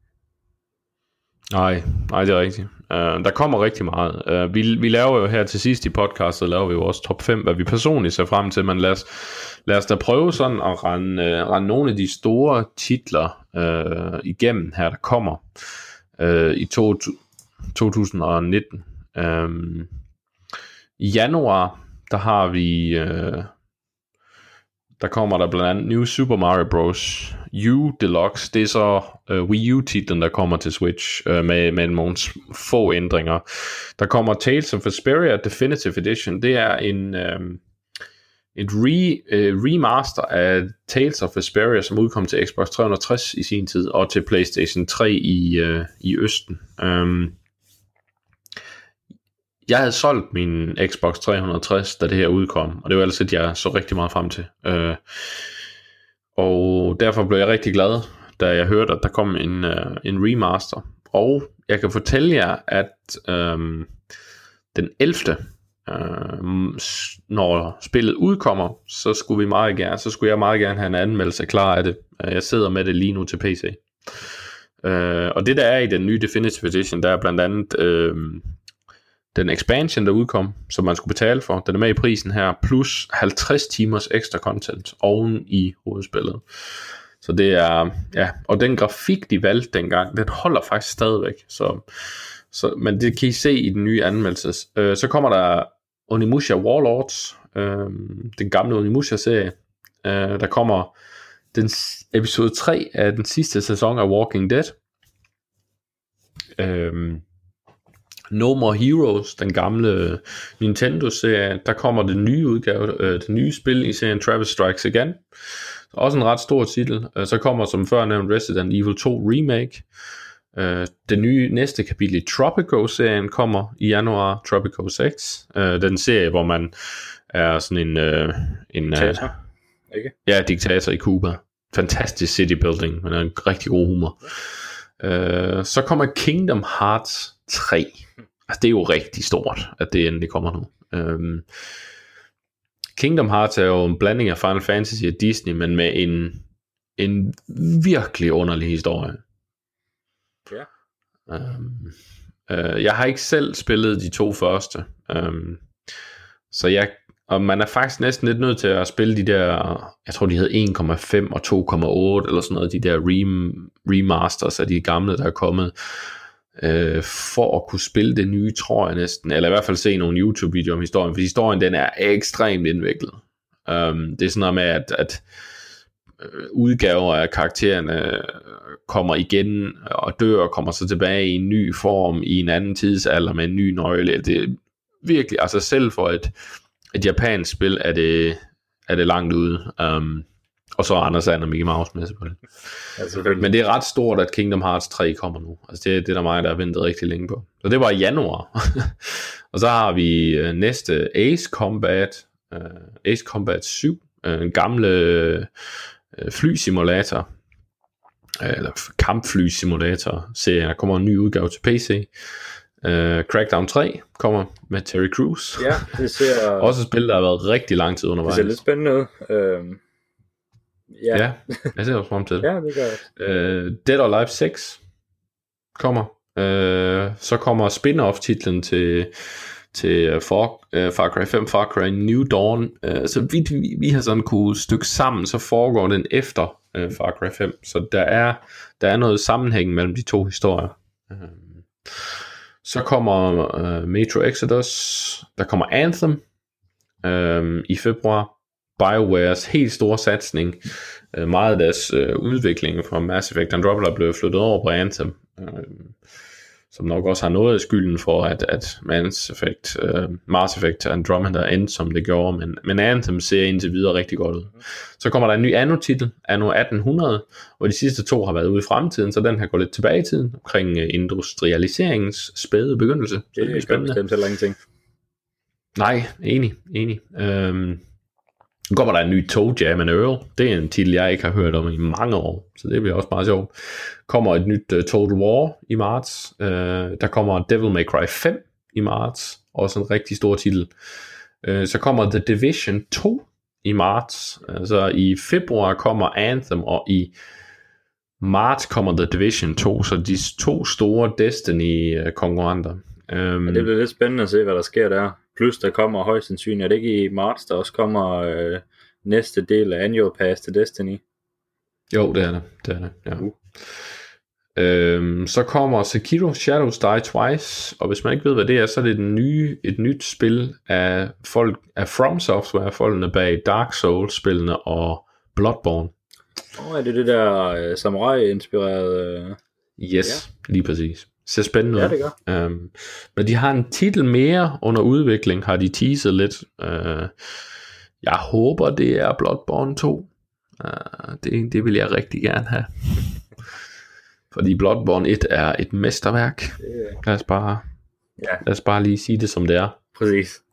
Nej, nej, det er rigtigt. Uh, der kommer rigtig meget. Uh, vi, vi laver jo her til sidst i podcastet, laver vi jo også top fem, hvad vi personligt ser frem til, men lad os, lad os da prøve sådan at rende, uh, rende nogle af de store titler uh, igennem her, der kommer uh, i to, to tusind og nitten. Um, I januar, der har vi... Uh, Der kommer der blandt andet New Super Mario Bros. U Deluxe. Det er så uh, Wii U-titlen, der kommer til Switch uh, med, med nogle få ændringer. Der kommer Tales of Vesperia Definitive Edition. Det er en um, et re, uh, remaster af Tales of Vesperia, som udkom til Xbox tre hundrede og tres i sin tid, og til PlayStation tre i, uh, i Østen. Um, Jeg havde solgt min Xbox tre hundrede og tres, da det her udkom, og det var altså det, jeg så rigtig meget frem til. Øh, og derfor blev jeg rigtig glad, da jeg hørte, at der kom en, uh, en remaster. Og jeg kan fortælle jer, at øh, den ellevte, øh, når spillet udkommer, så skulle vi meget gerne, så skulle jeg meget gerne have en anmeldelse klar af det. Jeg sidder med det lige nu til P C. Øh, og det der er i den nye Definitive Edition, der er blandt andet... Øh, den expansion, der udkom, som man skulle betale for, den er med i prisen her, plus halvtreds timers ekstra content oven i hovedspillet. Så det er, ja, og den grafik, de valgte dengang, den holder faktisk stadigvæk. Så, så, men det kan I se i den nye anmeldelse. Øh, så kommer der Onimusha Warlords, øh, den gamle Onimusha-serie, Uh, der kommer den episode tre af den sidste sæson af Walking Dead. Uh, No More Heroes, den gamle Nintendo-serie, der kommer den nye udgave, uh, det nye spil i serien Travis Strikes Again. Også en ret stor titel. Uh, så kommer som før nævnt Resident Evil to Remake. Uh, det nye næste kapitel i Tropico-serien kommer i januar, Tropico seks. Uh, den serie, hvor man er sådan en... Uh, en diktator, uh, ikke? Ja, diktator i Cuba. Fantastisk city building, men en rigtig god humor. Uh, så kommer Kingdom Hearts tre. Altså, det er jo rigtig stort, at det endelig kommer nu. Uh, Kingdom Hearts er jo en blanding af Final Fantasy og Disney, men med en, en virkelig underlig historie. Ja. Um, uh, jeg har ikke selv spillet de to første, um, så jeg, og man er faktisk næsten lidt nødt til at spille de der, jeg tror de hed en komma fem og to komma otte eller sådan noget, de der rem, remasters af de gamle der er kommet, uh, for at kunne spille det nye, tror jeg næsten, eller i hvert fald se nogle YouTube videoer om historien, for historien den er ekstremt indviklet. Um, det er sådan noget med at, at udgaver af karaktererne kommer igen og dør og kommer så tilbage i en ny form i en anden tidsalder med en ny nøgle. Det er virkelig, altså selv for et, et japansk spil er det, er det langt ude. Um, og så Anders Sand og Mickey Mouse med selvfølgelig. Ja, selvfølgelig. Men det er ret stort, at Kingdom Hearts tre kommer nu. Altså det, det er der mig, der har ventet rigtig længe på. Så det var i januar. Og så har vi uh, næste Ace Combat, uh, Ace Combat syv, uh, en gamle flysimulator eller kampflysimulator serien. Der kommer en ny udgave til P C. uh, Crackdown tre kommer med Terry Crews. Ja, det ser også et spil der har været rigtig lang tid undervejs. Det ser lidt spændende ud. uh, ja. ja, jeg ser også frem til det. Ja, det gør uh, Dead or Alive seks kommer. uh, så kommer spin-off titlen til til Far, uh, Far Cry fem, Far Cry New Dawn. Uh, så vidt vi, vi har sådan kunne stykke sammen, så foregår den efter uh, Far Cry fem. Så der er, der er noget sammenhæng mellem de to historier. Uh, så kommer uh, Metro Exodus. Der kommer Anthem uh, i februar. BioWares helt store satsning. Uh, meget af deres uh, udvikling fra Mass Effect Andromeda blev flyttet over på Anthem. Uh, som nok også har noget af skylden for, at, at Mass Effect, uh, Mass Effect Andromeda endte, som det gjorde, men, men Anthem ser indtil videre rigtig godt ud. Så kommer der en ny Anno-titel, Anno atten hundrede, og de sidste to har været ude i fremtiden, så den her går lidt tilbage i tiden, omkring uh, industrialiseringens spæde begyndelse. Så det, det er spændende. Det er heller ingenting. Nej, enig, enig. Øhm, så kommer der en ny Toe Jam and Earl. Det er en titel, jeg ikke har hørt om i mange år, så det bliver også meget sjovt. Kommer et nyt uh, Total War i marts. Uh, der kommer Devil May Cry fem i marts. Også en rigtig stor titel. Uh, så kommer The Division to i marts. Uh, så i februar kommer Anthem, og i marts kommer The Division to. Så de to store Destiny-konkurrenter. Um, ja, det bliver lidt spændende at se, hvad der sker der. Plus der kommer højst sandsynligt, er det ikke i marts, der også kommer øh, næste del af Annual Pass til Destiny? Jo, det er det. det, er det ja. uh. øhm, Så kommer Sekiro Shadows Die Twice, og hvis man ikke ved, hvad det er, så er det den nye, et nyt spil af folk af From Software, folkene bag Dark Souls-spillene og Bloodborne. Åh, oh, er det det der øh, samurai-inspirerede? Øh... Yes, ja. Lige præcis. Ser spændende ud. Ja, det gør. Um, men de har en titel mere under udvikling, har de teaset lidt. Uh, jeg håber, det er Bloodborne to. Uh, det, det vil jeg rigtig gerne have. Fordi Bloodborne et er et mesterværk. Yeah. Lad os bare, ja. lad os bare lige sige det, som det er. Præcis.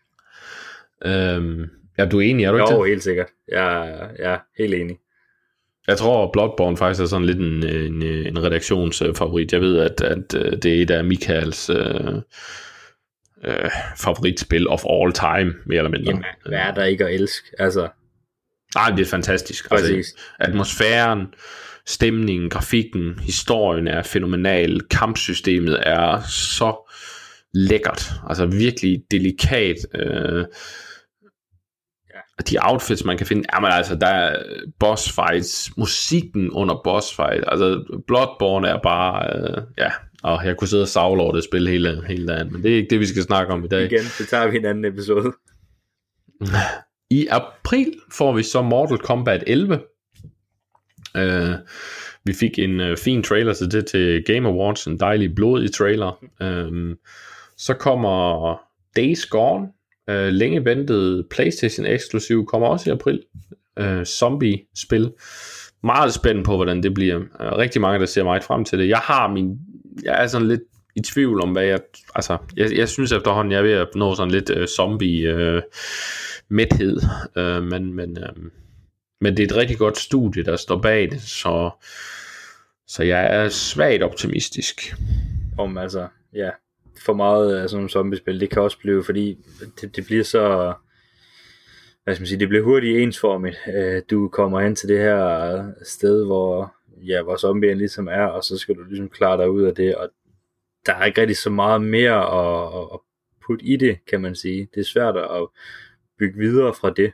Um, ja, du er enig, er du ikke? Jo, helt sikkert. Jeg er, jeg er helt enig. Jeg tror, Bloodborne faktisk er sådan lidt en, en, en redaktionsfavorit. Jeg ved, at, at det er et af Michaels øh, øh, favoritspil of all time, mere eller mindre. Jamen, hvad er der ikke at elske? Altså... Nej, det er fantastisk. Altså, atmosfæren, stemningen, grafikken, historien er fænomenal. Kampsystemet er så lækkert. Altså virkelig delikat. Øh, de outfits man kan finde, jamen altså der er boss fights, musikken under boss fight, altså Bloodborne er bare øh, ja, og jeg kunne sidde og savle over det spil hele, hele dagen, men det er ikke det vi skal snakke om i dag. Igen, det tager vi i en anden episode. I april får vi så Mortal Kombat elleve. Uh, vi fik en uh, fin trailer til det til Game Awards, en dejlig blodig trailer. Uh, så kommer Days Gone, uh, længe ventet PlayStation eksklusiv, kommer også i april. Uh, zombie-spil. Meget spændt på, hvordan det bliver. Uh, rigtig mange, der ser meget frem til det. Jeg har min, jeg er sådan lidt i tvivl om, hvad jeg, altså, jeg, jeg synes efterhånden, jeg er ved at nå sådan lidt uh, zombie uh, mæthed, uh, men, men, uh, men det er et rigtig godt studie, der står bag det, så, så jeg er svagt optimistisk. Om altså, ja, for meget af sådan nogle zombiespil, det kan også blive, fordi det, det bliver så, hvad skal man sige, det bliver hurtigt ensformigt. Du kommer hen til det her sted, hvor, ja, hvor zombien ligesom er, og så skal du ligesom klare dig ud af det, og der er ikke rigtig så meget mere at, at putte i det, kan man sige. Det er svært at bygge videre fra det.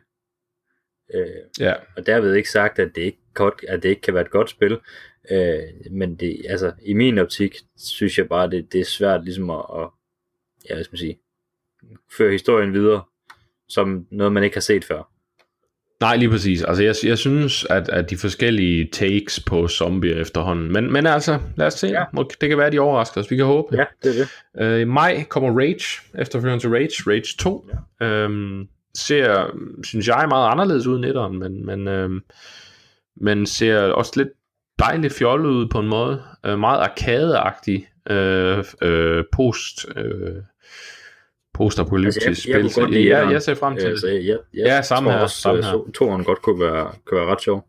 Ja. Og derved ikke sagt, at det ikke, godt, at det ikke kan være et godt spil. Men det, altså, i min optik, synes jeg bare, det, det er svært ligesom at, at ja, hvad skal man sige, føre historien videre, som noget, man ikke har set før. Nej, lige præcis. Altså, jeg, jeg synes, at, at de forskellige takes på zombier efterhånden. Men, men altså, lad os se. Ja. Det kan være, de overrasker os. Vi kan håbe. Ja, det er det. Øh, I maj kommer Rage, efterfølgende til Rage, Rage to. Ja. Øhm, ser, synes jeg, meget anderledes ud end etteren, men, men, øhm, men ser også lidt dejligt fjollet ud på en måde. Øh, meget arcade-agtig øh, øh, post... Øh, post-apokalyptisk altså, spil. Jeg, jeg, jeg, jeg ser frem til altså, jeg, jeg, jeg ja, samme her, også, samme her. Toren godt kunne være, kunne være ret sjov.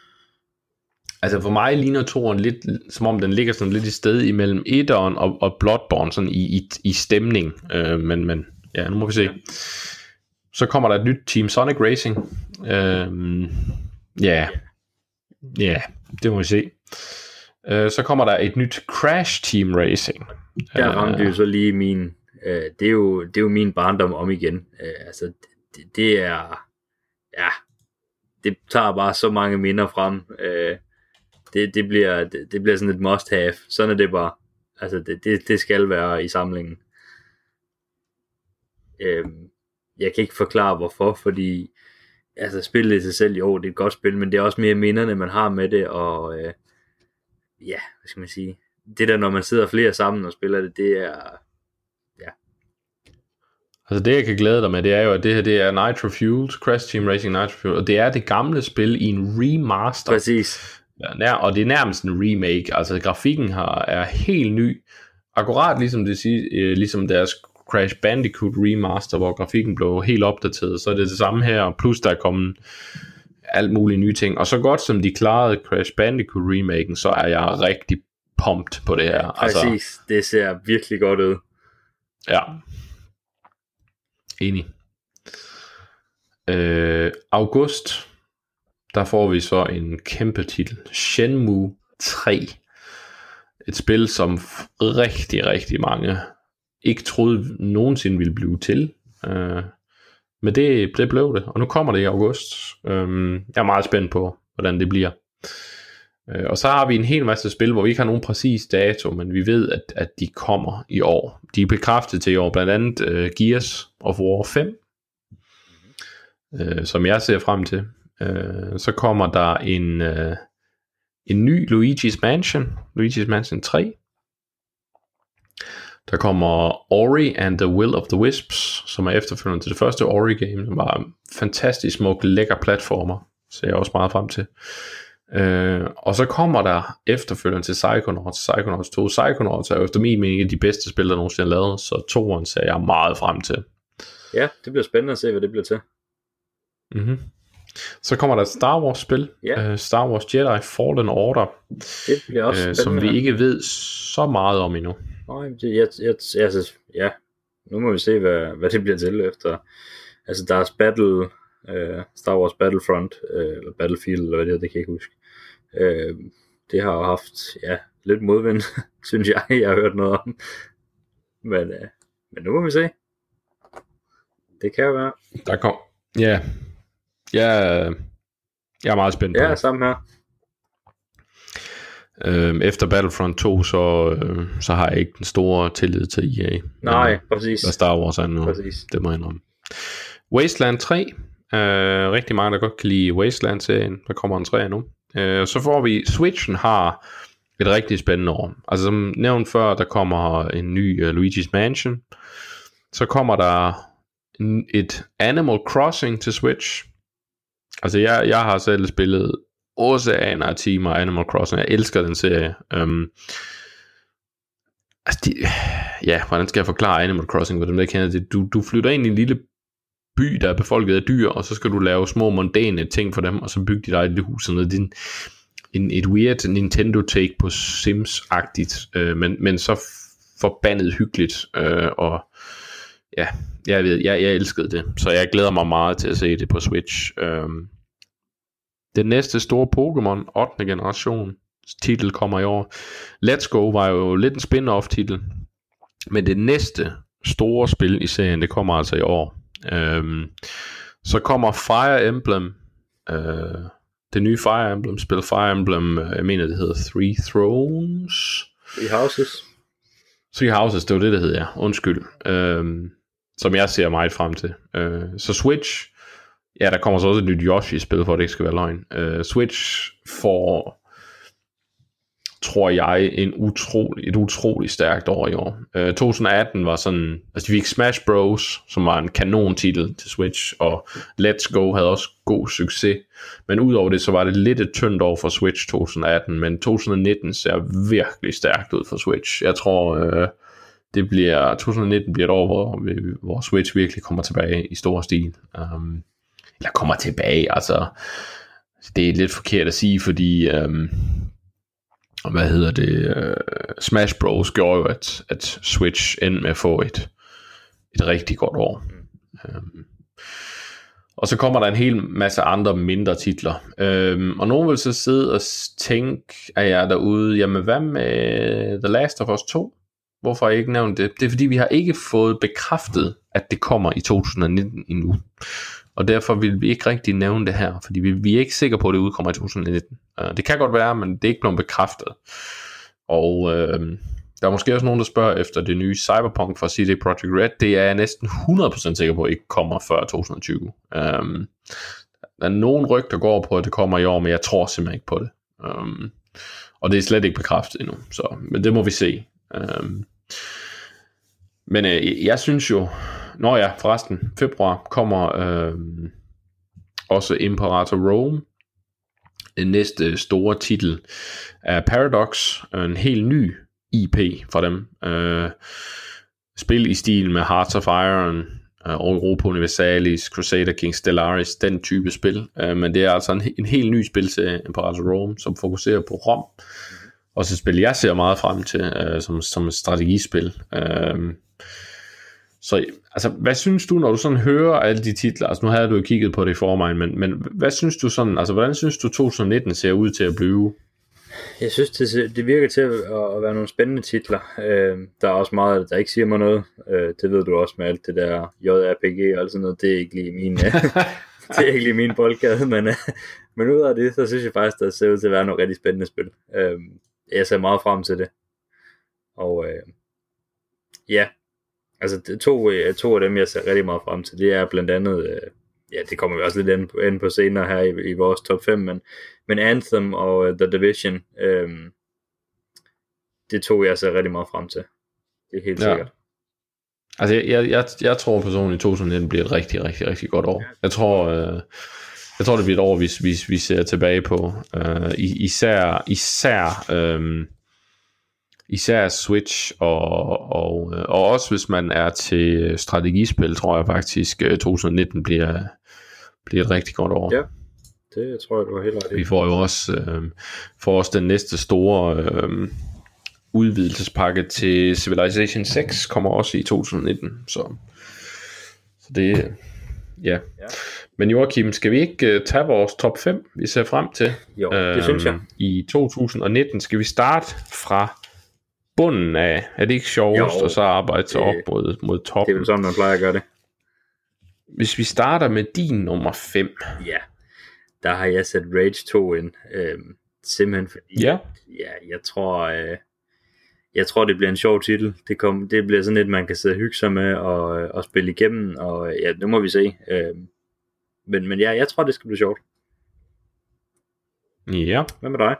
Altså for mig ligner toren lidt, som om den ligger sådan lidt i sted imellem etteren og, og Bloodborne, sådan i, i, i stemning. Øh, men, men ja, nu må vi se. Ja. Så kommer der et nyt Team Sonic Racing. Øh, ja, ja, det må vi se. Øh, så kommer der et nyt Crash Team Racing. Der ramte jo så lige min... Det er, jo, det er jo min barndom om igen. Altså, det, det er, ja, det tager bare så mange minder frem. Det, det, bliver, det, det bliver sådan et must have. Sådan er det bare. Altså, det, det, det skal være i samlingen. Jeg kan ikke forklare hvorfor, fordi altså, spillet i sig selv, jo, det er et godt spil, men det er også mere minderne, man har med det, og ja, hvad skal man sige, det der, når man sidder flere sammen og spiller det, det er... Altså det jeg kan glæde dig med, det er jo, at det her det er Nitro Fueled, Crash Team Racing Nitro Fueled, og det er det gamle spil i en remaster. Præcis. Ja, og det er nærmest en remake, altså grafikken her er helt ny, akkurat ligesom, det siger, ligesom deres Crash Bandicoot remaster, hvor grafikken blev helt opdateret, så er det det samme her, plus der er kommet alt mulige nye ting, og så godt som de klarede Crash Bandicoot remaken, så er jeg rigtig pumped på det her. Ja, præcis, altså, det ser virkelig godt ud. Ja. Enig. Øh, august, der får vi så en kæmpe titel. Shenmue tre. Et spil, som rigtig, rigtig mange ikke troede nogensinde ville blive til. Øh, men det, det blev det, og nu kommer det i august. Øh, jeg er meget spændt på, hvordan det bliver. Øh, og så har vi en hel masse spil, hvor vi ikke har nogen præcis dato, men vi ved, at, at de kommer i år. De er bekræftet til i år, blandt andet uh, Gears of War fem, uh, som jeg ser frem til. Uh, så kommer der en, uh, en ny Luigi's Mansion, Luigi's Mansion tre. Der kommer Ori and the Will of the Wisps, som er efterfølgende til det første Ori-game, som var en fantastisk smuk, lækker platformer, ser jeg også meget frem til. Uh, og så kommer der efterfølgende til Psychonauts, Psychonauts to. Psychonauts er jo efter min mening de bedste spil, der nogensinde er lavet, så toeren ser jeg meget frem til. Ja, det bliver spændende at se, hvad det bliver til. Mm-hmm. Så kommer der et Star Wars spil, yeah. uh, Star Wars Jedi Fallen Order, det bliver også uh, som vi ikke ved så meget om endnu. Nej, det, jeg, jeg, jeg, jeg, ja, nu må vi se, hvad, hvad det bliver til efter. Altså, der er Battle, uh, Star Wars Battlefront, uh, eller Battlefield, eller hvad det er, det kan jeg ikke huske. Uh, det har haft, ja, lidt modvind, synes jeg, jeg har hørt noget om. Men, uh, men nu må vi se. Det kan jo være. Der kom, ja, yeah. jeg, jeg er meget spændt på ja, det. Samme her. Øhm, efter Battlefront to, så, øh, så har jeg ikke den store tillid til E A. Nej, præcis. Hvad Star Wars er nu, præcis. det må jeg indrømme. Wasteland tre, Uh, rigtig mange, der godt kan lide Wasteland-serien. Der kommer en tre nu. Uh, så får vi, Switchen har et rigtig spændende år. Altså som nævnt før, der kommer en ny uh, Luigi's Mansion. Så kommer der en, et Animal Crossing til Switch. Altså jeg, jeg har selv spillet oceaner af timer Animal Crossing. Jeg elsker den serie. Um, altså de, ja, hvordan skal jeg forklare Animal Crossing for dem der kender det? Du, du flytter ind i en lille by, der er befolket af dyr, og så skal du lave små mondæne ting for dem, og så bygge dit eget lille hus. Det er en, en, et weird Nintendo take på Sims-agtigt, øh, men, men så forbandet hyggeligt, øh, og ja, jeg ved, jeg, jeg elskede det, så jeg glæder mig meget til at se det på Switch. Øh, den næste store Pokémon, ottende generation titel kommer i år. Let's Go var jo lidt en spin-off titel, men det næste store spil i serien, det kommer altså i år. Øhm, så kommer Fire Emblem, øh, det nye Fire Emblem spil, Fire Emblem, jeg mener det hedder Three Thrones, Three Houses, Three Houses, det var det det hedder, ja, undskyld, øhm, som jeg ser meget frem til. øh, Så Switch, ja, der kommer så også et nyt Yoshi spil, for at det ikke skal være løgn. øh, Switch får, tror jeg, en utrolig, et utrolig stærkt år i år. Uh, to tusind atten var sådan, altså vi fik Smash Bros, som var en kanon titel til Switch, og Let's Go havde også god succes. Men udover det, så var det lidt et tyndt år for Switch to tusind atten, men to tusind nitten ser virkelig stærkt ud for Switch. Jeg tror, uh, det bliver, to tusind nitten bliver et år, hvor, hvor Switch virkelig kommer tilbage i stor stil. Um, eller kommer tilbage, altså, det er lidt forkert at sige, fordi... Um, Og hvad hedder det? Uh, Smash Bros. Gjorde jo, at, at Switch endte med at få et, et rigtig godt år. Um, og så kommer der en hel masse andre mindre titler. Um, og nogen vil så sidde og tænke, at jeg er derude, jamen hvad med The Last of Us to? Hvorfor har jeg ikke nævnt det? Det er fordi, vi har ikke fået bekræftet, at det kommer i to tusind nitten endnu. Og derfor vil vi ikke rigtig nævne det her, fordi vi, vi er ikke sikre på, at det udkommer i to tusind nitten. Uh, det kan godt være, men det er ikke blevet bekræftet. Og uh, der er måske også nogen, der spørger efter det nye Cyberpunk fra C D Projekt Red. Det er jeg næsten hundrede procent sikker på, at ikke kommer før to tusind tyve. Um, der er nogen rygter, der går på, at det kommer i år, men jeg tror simpelthen ikke på det. Um, og det er slet ikke bekræftet endnu, så, men det må vi se. Um, men uh, jeg synes jo... Nå ja, forresten, februar kommer øh, også Imperator Rome. Den næste store titel er Paradox, en helt ny I P fra dem. Øh, spil i stil med Hearts of Iron, øh, Europa Universalis, Crusader Kings Stellaris, den type spil. Øh, men det er altså en, en helt ny spil til Imperator Rome, som fokuserer på Rom. Også et spil, jeg ser meget frem til, øh, som, som et strategispil. Øh, Så altså, hvad synes du, når du sådan hører alle de titler? Altså, nu havde du jo kigget på det i forvejen, men, men hvad synes du sådan, altså, hvordan synes du to tusind nitten ser ud til at blive? Jeg synes, det, det virker til at, at være nogle spændende titler. Øh, der er også meget, der ikke siger mig noget. Øh, det ved du også med alt det der J R P G og sådan noget. Det er ikke lige min, det er ikke lige min boldgade, men, øh, men ud af det, så synes jeg faktisk, der ser ud til at være nogle rigtig spændende spil. Øh, jeg ser meget frem til det. Og øh, ja, altså to, to af dem, jeg ser rigtig meget frem til, det er blandt andet, øh, ja, det kommer vi også lidt ind på, ind på senere her i, i vores top fem, men, men Anthem og uh, The Division, øh, det to, jeg ser rigtig meget frem til. Det er helt ja. sikkert. Altså, jeg, jeg, jeg tror personligt, at to tusind nitten bliver et rigtig, rigtig, rigtig godt år. Jeg tror, øh, jeg tror det bliver et år, vi, vi, vi ser tilbage på. Øh, især, især, øh, især Switch, og, og, og også hvis man er til strategispil, tror jeg faktisk, to tusind nitten bliver, bliver et rigtig godt år. Ja, det tror jeg, du har helt ret i. Vi får jo også, øh, får også den næste store øh, udvidelsespakke til Civilization seks, kommer også i to tusind nitten, så, så det, ja. ja. Men Joachim, skal vi ikke uh, tage vores top fem, vi ser frem til? Jo, det øhm, synes jeg. I to tusind nitten skal vi starte fra bunden af, er det ikke sjovest, og så arbejde sig op mod, mod toppen? Det er vel sådan, man plejer at gøre det. Hvis vi starter med din nummer fem. Ja, der har jeg sat Rage to ind. Øhm, simpelthen fordi, ja. ja, jeg tror, øh, jeg tror, det bliver en sjov titel. Det, kom, det bliver sådan lidt, man kan sidde og hygge sig med og, og spille igennem, og ja, nu må vi se. Øhm, Men, men ja, jeg tror, det skal blive sjovt. Ja. Hvad med dig?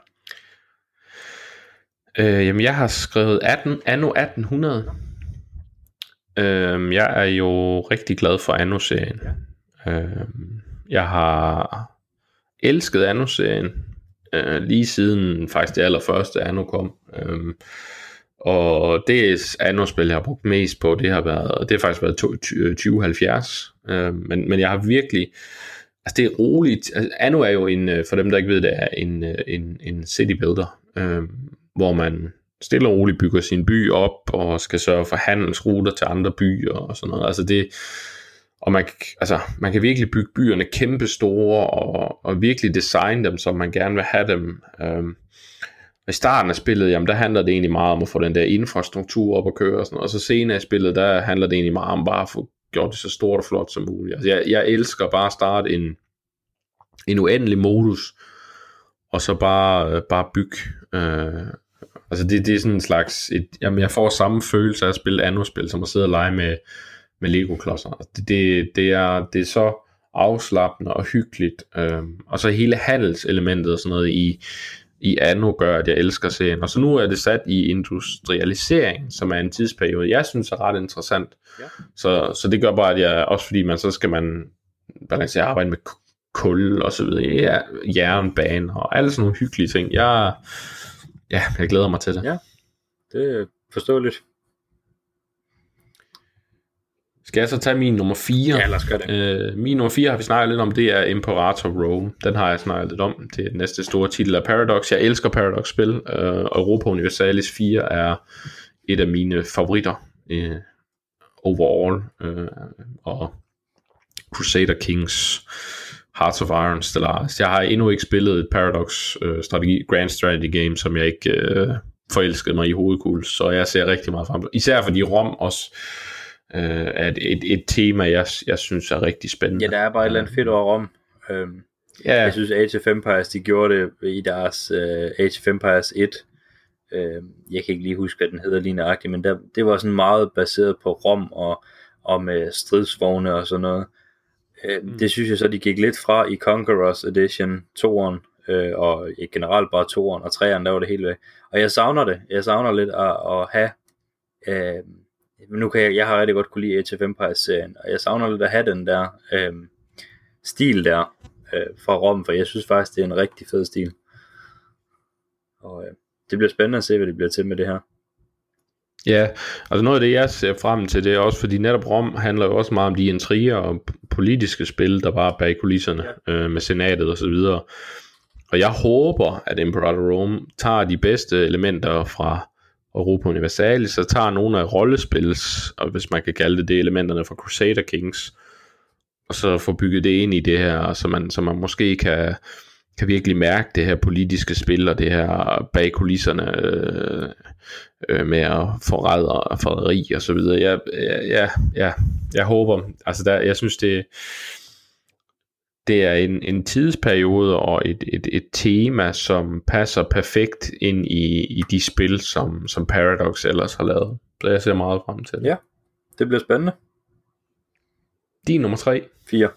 Øh, jamen, jeg har skrevet atten, Anno atten hundrede. Øh, jeg er jo rigtig glad for Anno-serien. Øh, jeg har elsket Anno-serien øh, lige siden faktisk det allerførste Anno kom. Øh, og det Anno-spil, jeg har brugt mest på, det har været, det har faktisk været tyve halvfjerds. Øh, men, men jeg har virkelig, altså det er roligt. Altså, Anno er jo en, for dem der ikke ved det, er en, en, en city builder, øh, hvor man stille og roligt bygger sin by op og skal sørge for handelsruter til andre byer og sådan noget. Altså det, og man, altså man kan virkelig bygge byerne kæmpe store og, og virkelig designe dem, som man gerne vil have dem. Øhm, I starten af spillet, jamen der handler det egentlig meget om at få den der infrastruktur op at køre og sådan noget. Og så senere i spillet, der handler det egentlig meget om bare at få gjort det så stort og flot som muligt. Altså jeg, jeg elsker bare at starte en, en uendelig modus og så bare, bare bygge. Øh, Altså det, det er sådan en slags, et, jamen jeg får samme følelse af at spille Anno-spil, som at sidde og lege med, med Lego-klodser. Det, det, det, er, det er så afslappende og hyggeligt, øhm, og så hele handelselementet og sådan noget i, i Anno gør, at jeg elsker serien. Og så nu er det sat i industrialisering, som er en tidsperiode, jeg synes er ret interessant. Ja. Så, så det gør bare, at jeg, også fordi man så skal man balancere arbejde med kul og så videre, ja, jernbaner og alle sådan nogle hyggelige ting. Jeg Ja, jeg glæder mig til det. Ja, det er forståeligt. Skal jeg så tage min nummer fire? Ja, lad os gøre det. Øh, min nummer fire har vi snakket lidt om, det er Imperator Rome. Den har jeg snakket lidt om. Det er den næste store titel af Paradox. Jeg elsker Paradox-spil. Øh, Europa Universalis fire er et af mine favoritter øh, overall. Øh, og Crusader Kings, Hearts of Iron, Stellaris. Jeg har endnu ikke spillet et Paradox øh, strategi, Grand Strategy Game, som jeg ikke øh, forelskede mig i hovedkuls, så jeg ser rigtig meget frem til. Især fordi Rom også øh, er et, et, et tema, jeg, jeg synes er rigtig spændende. Ja, der er bare et eller andet fedt over Rom. Øhm, ja. Jeg synes, Age of Empires, de gjorde det i deres øh, Age of Empires et. Øh, jeg kan ikke lige huske, hvad den hedder lige nøjagtigt, men der, det var sådan meget baseret på Rom og, og med stridsvogne og sådan noget. Mm. Det synes jeg så, de gik lidt fra i Conquerors Edition toeren, øh, og generelt bare toeren og treeren, der var det helt væk. Og jeg savner det. Jeg savner lidt at, at have, øh, nu kan jeg, jeg har rigtig godt kunne lide Age of Empires-serien, og jeg savner lidt at have den der øh, stil der øh, fra Rom, for jeg synes faktisk, det er en rigtig fed stil. Og øh, det bliver spændende at se, hvad det bliver til med det her. Ja, altså noget af det, jeg ser frem til, det er også, fordi netop Rom handler jo også meget om de intriger og politiske spil, der var bag kulisserne, ja. øh, med senatet og så videre. Og jeg håber, at Imperator Rome tager de bedste elementer fra Europa Universalis, og tager nogle af rollespils, og hvis man kan kalde det det, elementerne fra Crusader Kings, og så får bygget det ind i det her, så man, så man måske kan... kan virkelig mærke det her politiske spil og det her bag kulisserne øh, øh, med at forræde og forræderi og så videre. Jeg, ja, ja, jeg håber, altså der, jeg synes det det er en, en tidsperiode og et, et, et tema, som passer perfekt ind i, i de spil, som, som Paradox ellers har lavet. Så jeg ser meget frem til det. Ja, det bliver spændende. Din nummer tre? Fire.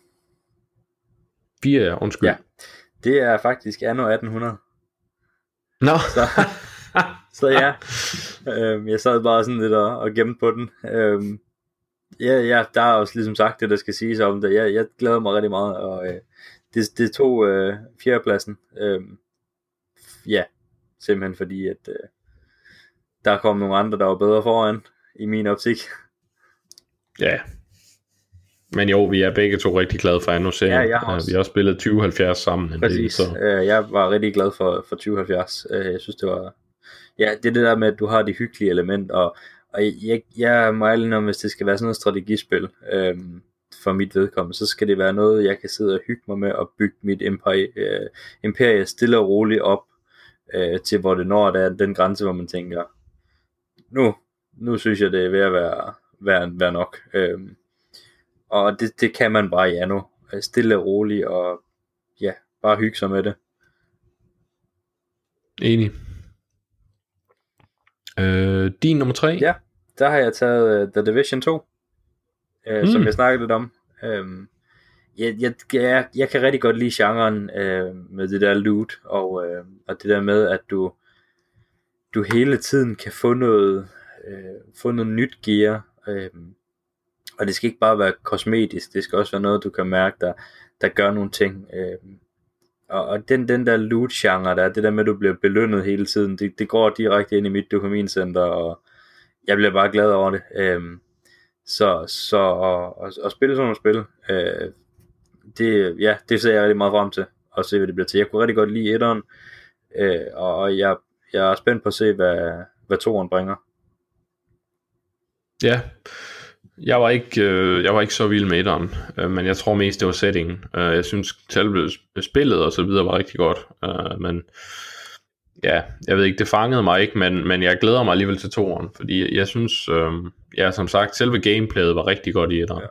Fire, ja, undskyld. Ja. Det er faktisk Anno atten hundrede. Nå. Så, så ja, øhm, jeg sad bare sådan lidt og, og gemte på den. Øhm, ja, ja, der er også ligesom sagt det, der skal siges om det. Jeg, jeg glæder mig rigtig meget, og øh, det, det tog øh, fjerdepladsen. Øhm, ja, simpelthen fordi, at øh, der kom nogle andre, der var bedre foran, i min optik. Ja. Men jo, vi er begge to rigtig glade for Anno-serien. Ja, jeg har også. Vi har også spillet tyve halvfjerds sammen. En Præcis. del, så. Jeg var rigtig glad for, for tyve halvfjerds. Jeg synes, det var... Ja, det er det der med, at du har de hyggelige element, og, og jeg, jeg er meget enig om, hvis det skal være sådan noget strategispil, øhm, for mit vedkommende, så skal det være noget, jeg kan sidde og hygge mig med, og bygge mit imperie, øh, imperie stille og roligt op, øh, til hvor det når, der er den grænse, hvor man tænker, nu, nu synes jeg, det er ved at være, være, være nok. Øhm, Og det, det kan man bare i Anno. Stille og roligt, og ja, bare hygge sig med det. Enig. Øh, din nummer tre? Ja, der har jeg taget uh, The Division to, uh, mm. som jeg snakkede lidt om. Um, jeg, jeg, jeg, jeg kan rigtig godt lide genren øh, med det der loot, og, øh, og det der med, at du, du hele tiden kan få noget, øh, få noget nyt gear, øh, og det skal ikke bare være kosmetisk, det skal også være noget, du kan mærke, der, der gør nogle ting. Øh, og og den, den der loot-genre der, det der med, at du bliver belønnet hele tiden, det, det går direkte ind i mit dopamincenter, og jeg bliver bare glad over det. Øh, så så at, at spille sådan nogle spil, øh, det, ja, det ser jeg rigtig meget frem til, at se, hvad det bliver til. Jeg kunne rigtig godt lide etteren, øh, og jeg, jeg er spændt på at se, hvad, hvad toeren bringer. Ja, jeg var ikke, øh, jeg var ikke så vild med etteren, øh, men jeg tror mest, det var settingen. Øh, jeg synes, selve spillet og så videre var rigtig godt, øh, men ja, jeg ved ikke, det fangede mig ikke, men, men jeg glæder mig alligevel til toeren, fordi jeg synes, øh, ja, som sagt, selve gameplayet var rigtig godt i etteren.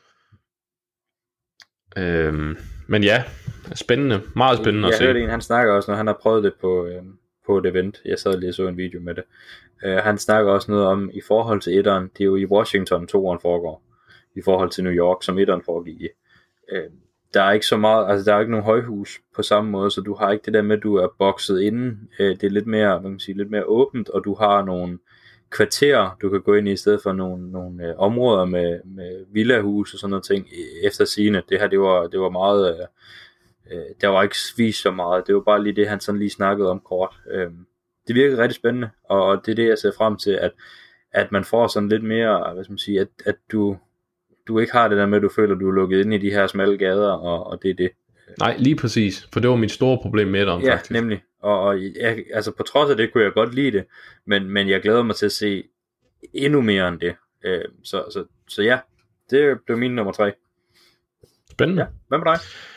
Ja. Øh, men ja, spændende, meget spændende jeg at se. Jeg hørte en, han snakker også, når han har prøvet det på, øh, på et event, jeg sad lige og så en video med det, uh, han snakker også noget om, i forhold til etteren, det er jo i Washington, toeren foregår, i forhold til New York, som etteren foregik i. Uh, der er ikke så meget, altså der er ikke nogen højhus på samme måde, så du har ikke det der med, at du er bokset inde, uh, det er lidt mere, hvad kan man sige, lidt mere åbent, og du har nogle kvarterer, du kan gå ind i, i stedet for nogle, nogle uh, områder med, med villahus og sådan noget ting, efter sigende. Det her, det var, det var meget... Uh, der var ikke vist så meget, det var bare lige det, han sådan lige snakkede om kort. Det virker rigtig spændende, og det er det, jeg ser frem til, at, at man får sådan lidt mere, hvad skal man sige, at, at du, du ikke har det der med, at du føler, at du er lukket ind i de her smalle gader, og, og det er det. Nej, lige præcis, for det var mit store problem med det, ja, faktisk. Ja, nemlig, og, og jeg, altså på trods af det, kunne jeg godt lide det, men, men jeg glæder mig til at se endnu mere end det. Så, så, så ja, det blev min nummer tre. Spændende. Ja, hvad med dig?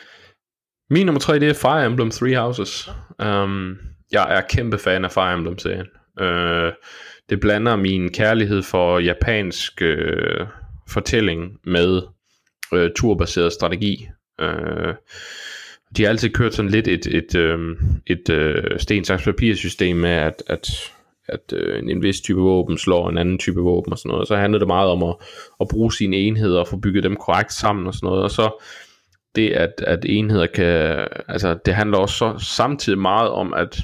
Min nummer tre, det er Fire Emblem Three Houses. Um, jeg er kæmpe fan af Fire Emblem-serien. Uh, det blander min kærlighed for japansk uh, fortælling med uh, turbaseret strategi. Uh, de har altid kørt sådan lidt et, et, um, et uh, sten, saks, papir system med, at, at, at uh, en vis type våben slår en anden type våben og sådan noget. Så handler det meget om at, at bruge sine enheder og få bygget dem korrekt sammen og sådan noget. Og så det at, at enheder kan, altså det handler også så, samtidig meget om at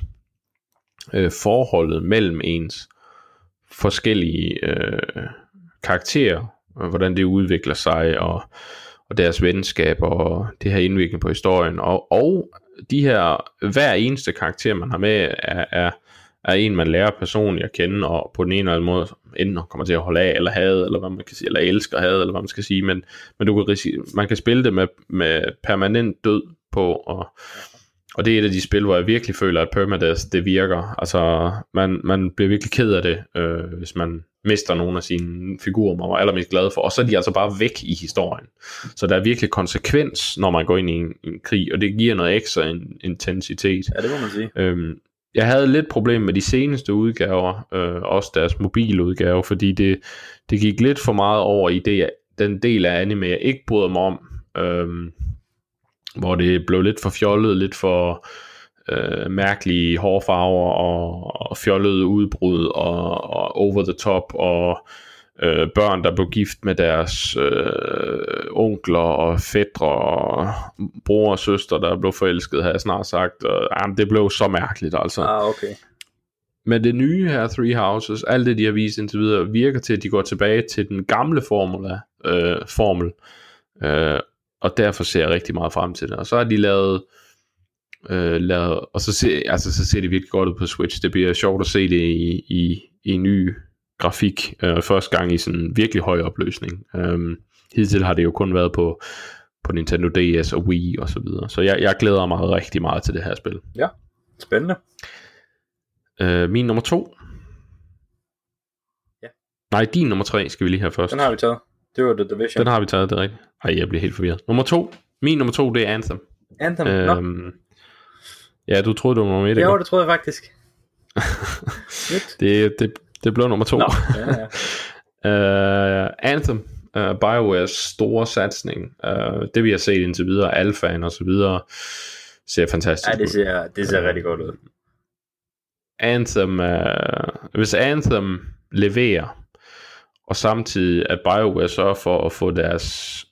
øh, forholdet mellem ens forskellige øh, karakterer, og hvordan det udvikler sig, og, og deres venskaber, og det her indvirkning på historien, og, og de her, hver eneste karakter man har med, er, er, er en man lærer personligt at kende, og på den ene eller anden måde enten kommer til at holde af, eller hade, eller hvad man kan sige, eller elsker hade, eller hvad man skal sige, men, men du kan, man kan spille det med, med permanent død på, og, og det er et af de spil, hvor jeg virkelig føler, at permadeath, det virker. Altså, man, man bliver virkelig ked af det, øh, hvis man mister nogle af sine figurer, man var allermest glad for, og så er de altså bare væk i historien. Så der er virkelig konsekvens, når man går ind i en, en krig, og det giver noget ekstra in, intensitet. Ja, det må man sige. Øhm, Jeg havde lidt problem med de seneste udgaver, øh, også deres mobiludgave, fordi det, det gik lidt for meget over i det, den del af anime, jeg ikke bryder mig om, øh, hvor det blev lidt for fjollet, lidt for øh, mærkelige hårfarver og, og fjollede udbrud og, og over the top og øh, børn, der blev gift med deres øh, onkler og fætre og bror og søster, der blev forelsket, har jeg snart sagt. Og, jamen, det blev så mærkeligt, altså. Ah, okay. Men det nye her, Three Houses, alt det, de har vist indtil videre, virker til, at de går tilbage til den gamle formula, øh, formel. Øh, og derfor ser jeg rigtig meget frem til det. Og så har de lavet, øh, lavet og så ser, altså, så ser det virkelig godt ud på Switch. Det bliver sjovt at se det i, i, i ny grafik, øh, første gang i sådan en virkelig høj opløsning. Um, hidtil har det jo kun været på, på Nintendo D S og Wii og så videre. Så jeg, jeg glæder mig rigtig meget til det her spil. Ja, spændende. Uh, min nummer to. Ja. Nej, din nummer tre skal vi lige have først. Den har vi taget. Det var The Division. Den har vi taget, det er rigtigt. Ej, jeg bliver helt forvirret. Nummer to. Min nummer to, det er Anthem. Anthem, um, Ja, du troede, du var nummer et. Ja, det troede jeg faktisk. det, det, det blev nummer to. Nå, ja, ja. uh, Anthem, uh, BioWares store satsning, uh, det vi har set indtil videre, alfaen og så videre, ser fantastisk ud. Ja, det ser, det ser uh, rigtig godt ud. Anthem, uh, hvis Anthem leverer, og samtidig at BioWare sørger for at få deres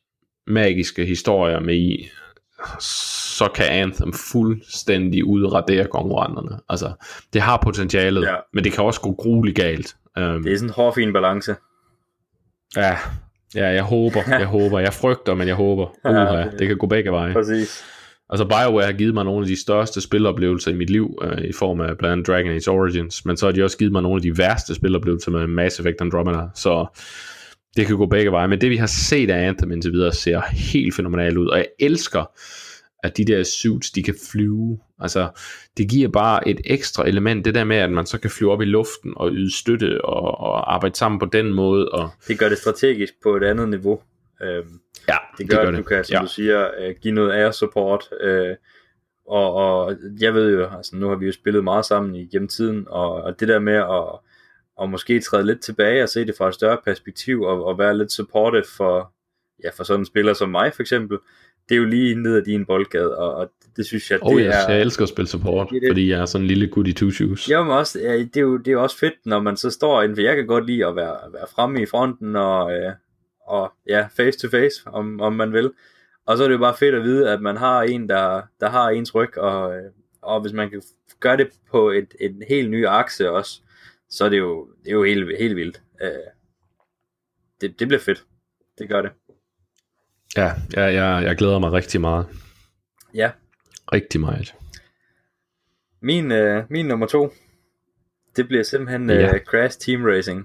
magiske historier med i, så kan Anthem fuldstændig udradere konkurrenterne. Altså, det har potentialet, ja. Men det kan også gå grueligt galt. Um, det er sådan en hårfin balance. Ja, ja, jeg håber, jeg håber, jeg frygter, men jeg håber. Uha, ja, det kan gå begge veje. Præcis. Altså, BioWare har givet mig nogle af de største spiloplevelser i mit liv, øh, i form af blandt andet Dragon Age Origins, men så har de også givet mig nogle af de værste spiloplevelser med Mass Effect Andromeda, så det kan gå begge veje. Men det vi har set af Anthem indtil videre ser helt fænomenalt ud, og jeg elsker, at de der suits, de kan flyve. Altså, det giver bare et ekstra element, det der med, at man så kan flyve op i luften og yde støtte og, og arbejde sammen på den måde. Og det gør det strategisk på et andet niveau. Øhm, ja, det gør, det gør at det. Du kan, som ja. du siger, uh, give noget air support. Uh, og, og jeg ved jo, altså nu har vi jo spillet meget sammen igennem tiden, og, og det der med at og måske træde lidt tilbage og se det fra et større perspektiv, og, og være lidt supportive for, ja, for sådan en spiller som mig for eksempel, det er jo lige ned ad din boldgade, og, og det synes jeg, det oh yes, er... jeg elsker at spille support, det, fordi jeg er sådan en lille goody two shoes. Jamen også, ja, det, er jo, det er jo også fedt, når man så står inden for, jeg kan godt lide at være, være fremme i fronten, og, øh, og ja, face to face, om, om man vil. Og så er det jo bare fedt at vide, at man har en, der, der har ens ryg, og, øh, og hvis man kan gøre det på et, et helt ny akse også, så er det jo, det er jo helt, helt vildt. Øh, det, det bliver fedt. Det gør det. Ja, jeg, jeg, jeg glæder mig rigtig meget. Ja. Rigtig meget. Min, øh, min nummer to, det bliver simpelthen ja. øh, Crash Team Racing.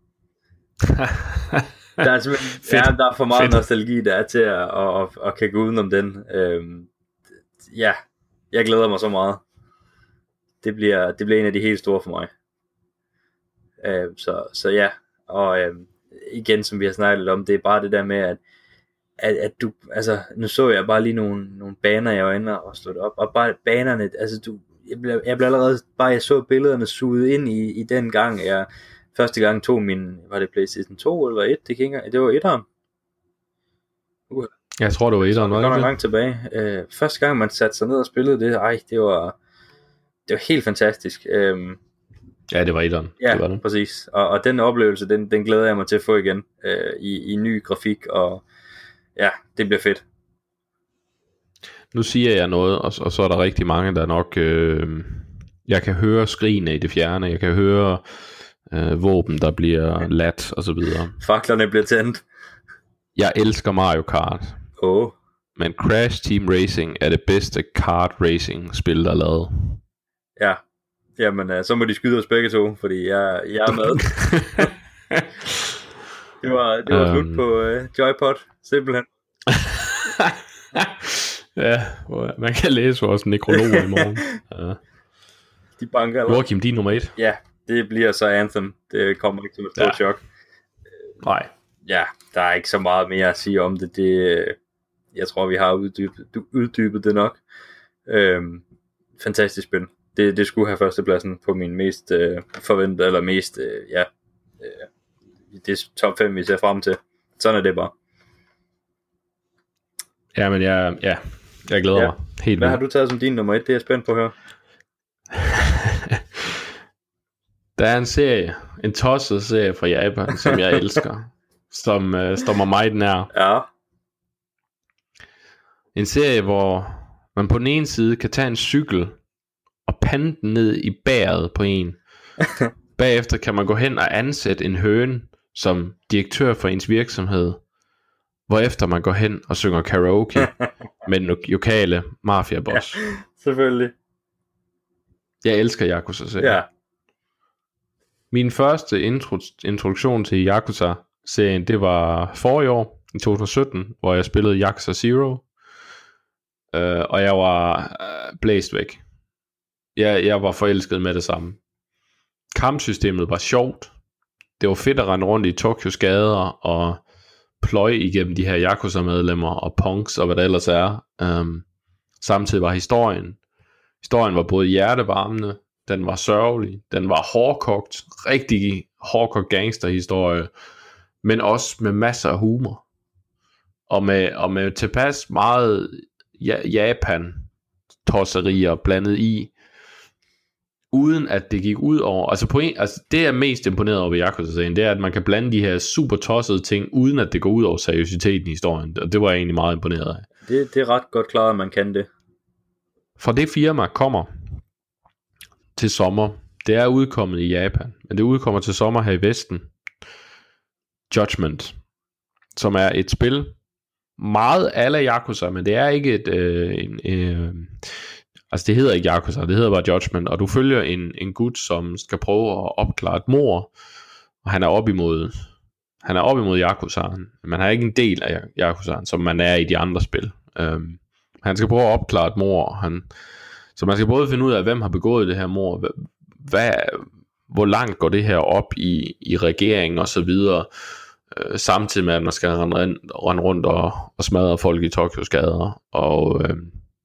Der er simpelthen ja, der er for meget Fedt. nostalgi, der er til at, at, at, at kan gå udenom den. Øhm, ja, jeg glæder mig så meget. Det bliver, det bliver en af de helt store for mig. Øhm, så, så ja, og øhm, igen, som vi har snakket lidt om, det er bare det der med, at At, at du, altså, nu så jeg bare lige nogle, nogle baner, jeg var inde og slået op, og bare banerne, altså du, jeg blev, jeg blev allerede, bare jeg så billederne suget ind i, i den gang, jeg første gang tog min, var det PlayStation to, eller et, det, ikke, det var etteren. Uh, jeg tror, det var etteren, var det ikke? Langt tilbage. Uh, første gang, man satte sig ned og spillede det, ej, det var, det var helt fantastisk. Um, ja, det var etteren. Ja, det var det. Præcis. Og, og den oplevelse, den, den glæder jeg mig til at få igen, uh, i, i ny grafik, og ja, det bliver fedt. Nu siger jeg noget, og, og så er der rigtig mange, der nok... Øh, jeg kan høre skrigene i det fjerne, jeg kan høre øh, våben, der bliver lat, og så videre. Faklerne bliver tændt. Jeg elsker Mario Kart. Oh. Men Crash Team Racing er det bedste kart racing spil, der er lavet. Ja, jamen øh, så må de skyde os begge to, fordi jeg, jeg er med. Det var, det var um, slut på uh, Joypod, simpelthen. Ja, man kan læse vores nekrolog i morgen. Ja. De banker eller? Joachim, din nummer et. Ja, det bliver så Anthem. Det kommer ikke som et stort ja. chok. Nej. Ja, der er ikke så meget mere at sige om det. det jeg tror, vi har uddybet, uddybet det nok. Øhm, fantastisk spil. Det, det skulle have førstepladsen på min mest øh, forventede, eller mest, øh, ja, øh, det er top fem, vi ser frem til. Sådan er det bare. Ja, men jeg, ja, jeg glæder ja. mig helt Hvad vildt. har du taget som din nummer et? Det er jeg spændt på at høre. Der er en serie, en tosset serie fra Japan, som jeg elsker, som øh, står mig meget nær. Ja. En serie, hvor man på den ene side kan tage en cykel og pande den ned i bæret på en. Bagefter kan man gå hen og ansætte en høne som direktør for ens virksomhed, hvorefter man går hen og synger karaoke med den lokale mafiaboss. Ja, selvfølgelig. Jeg elsker Yakuza-serien. Ja. Min første intro- introduktion til Yakuza-serien, det var forrige år, i to tusind og sytten, hvor jeg spillede Yakuza Zero. Uh, og jeg var uh, blæst væk. Jeg, jeg var forelsket med det samme. Kampsystemet var sjovt. Det var fedt at rende rundt i Tokyos gader og pløje igennem de her Yakuza-medlemmer og punks og hvad der ellers er. Um, samtidig var historien. Historien var både hjertevarmende, den var sørgelig, den var hårdkogt, rigtig hårdkogt gangsterhistorie, men også med masser af humor. Og med, og med tilpas meget ja, Japan-tosserier blandet i, uden at det gik ud over, altså, på en, altså det er mest imponeret over ved Yakuza-serien, det er, at man kan blande de her super tossede ting, uden at det går ud over seriøsiteten i historien, og det var jeg egentlig meget imponeret af. Det, det er ret godt klart, at man kan det. Fra det firma kommer til sommer, det er udkommet i Japan, men det udkommer til sommer her i Vesten, Judgment, som er et spil, meget a la Yakuza, men det er ikke et, øh, en, øh, altså det hedder ikke Yakuza, det hedder bare Judgment, og du følger en, en gut, som skal prøve at opklare et mord, og han er op imod, han er op imod Yakuzaen, man har ikke en del af Yakuzaen, som man er i de andre spil. Um, han skal prøve at opklare et mord, han, så man skal både finde ud af, hvem har begået det her mord, hvad, hvad, hvor langt går det her op i, i regeringen og så videre, øh, samtidig med at man skal rende, rende rundt og, og smadre folk i Tokyos gader, og øh,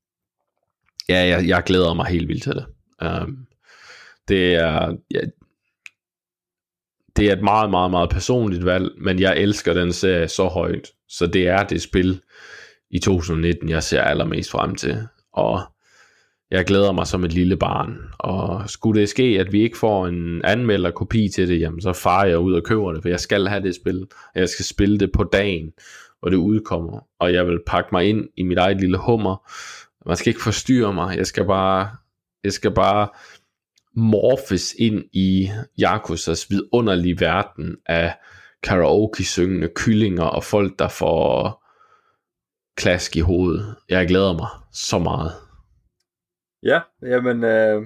ja, jeg, jeg glæder mig helt vildt til det. Um, det er ja, det er et meget, meget, meget personligt valg, men jeg elsker den serie så højt, så det er det spil i to tusind nitten, jeg ser allermest frem til, og jeg glæder mig som et lille barn, og skulle det ske, at vi ikke får en anmelder kopi til det, jamen så farer jeg ud og køber det, for jeg skal have det spil, jeg skal spille det på dagen, hvor det udkommer, og jeg vil pakke mig ind i mit eget lille hummer, man skal ikke forstyrre mig, jeg skal bare, jeg skal bare morfes ind i Yakuzas vidunderlige verden af karaoke-syngende kyllinger, og folk, der får klask i hovedet. Jeg glæder mig så meget. Ja, jamen, øh,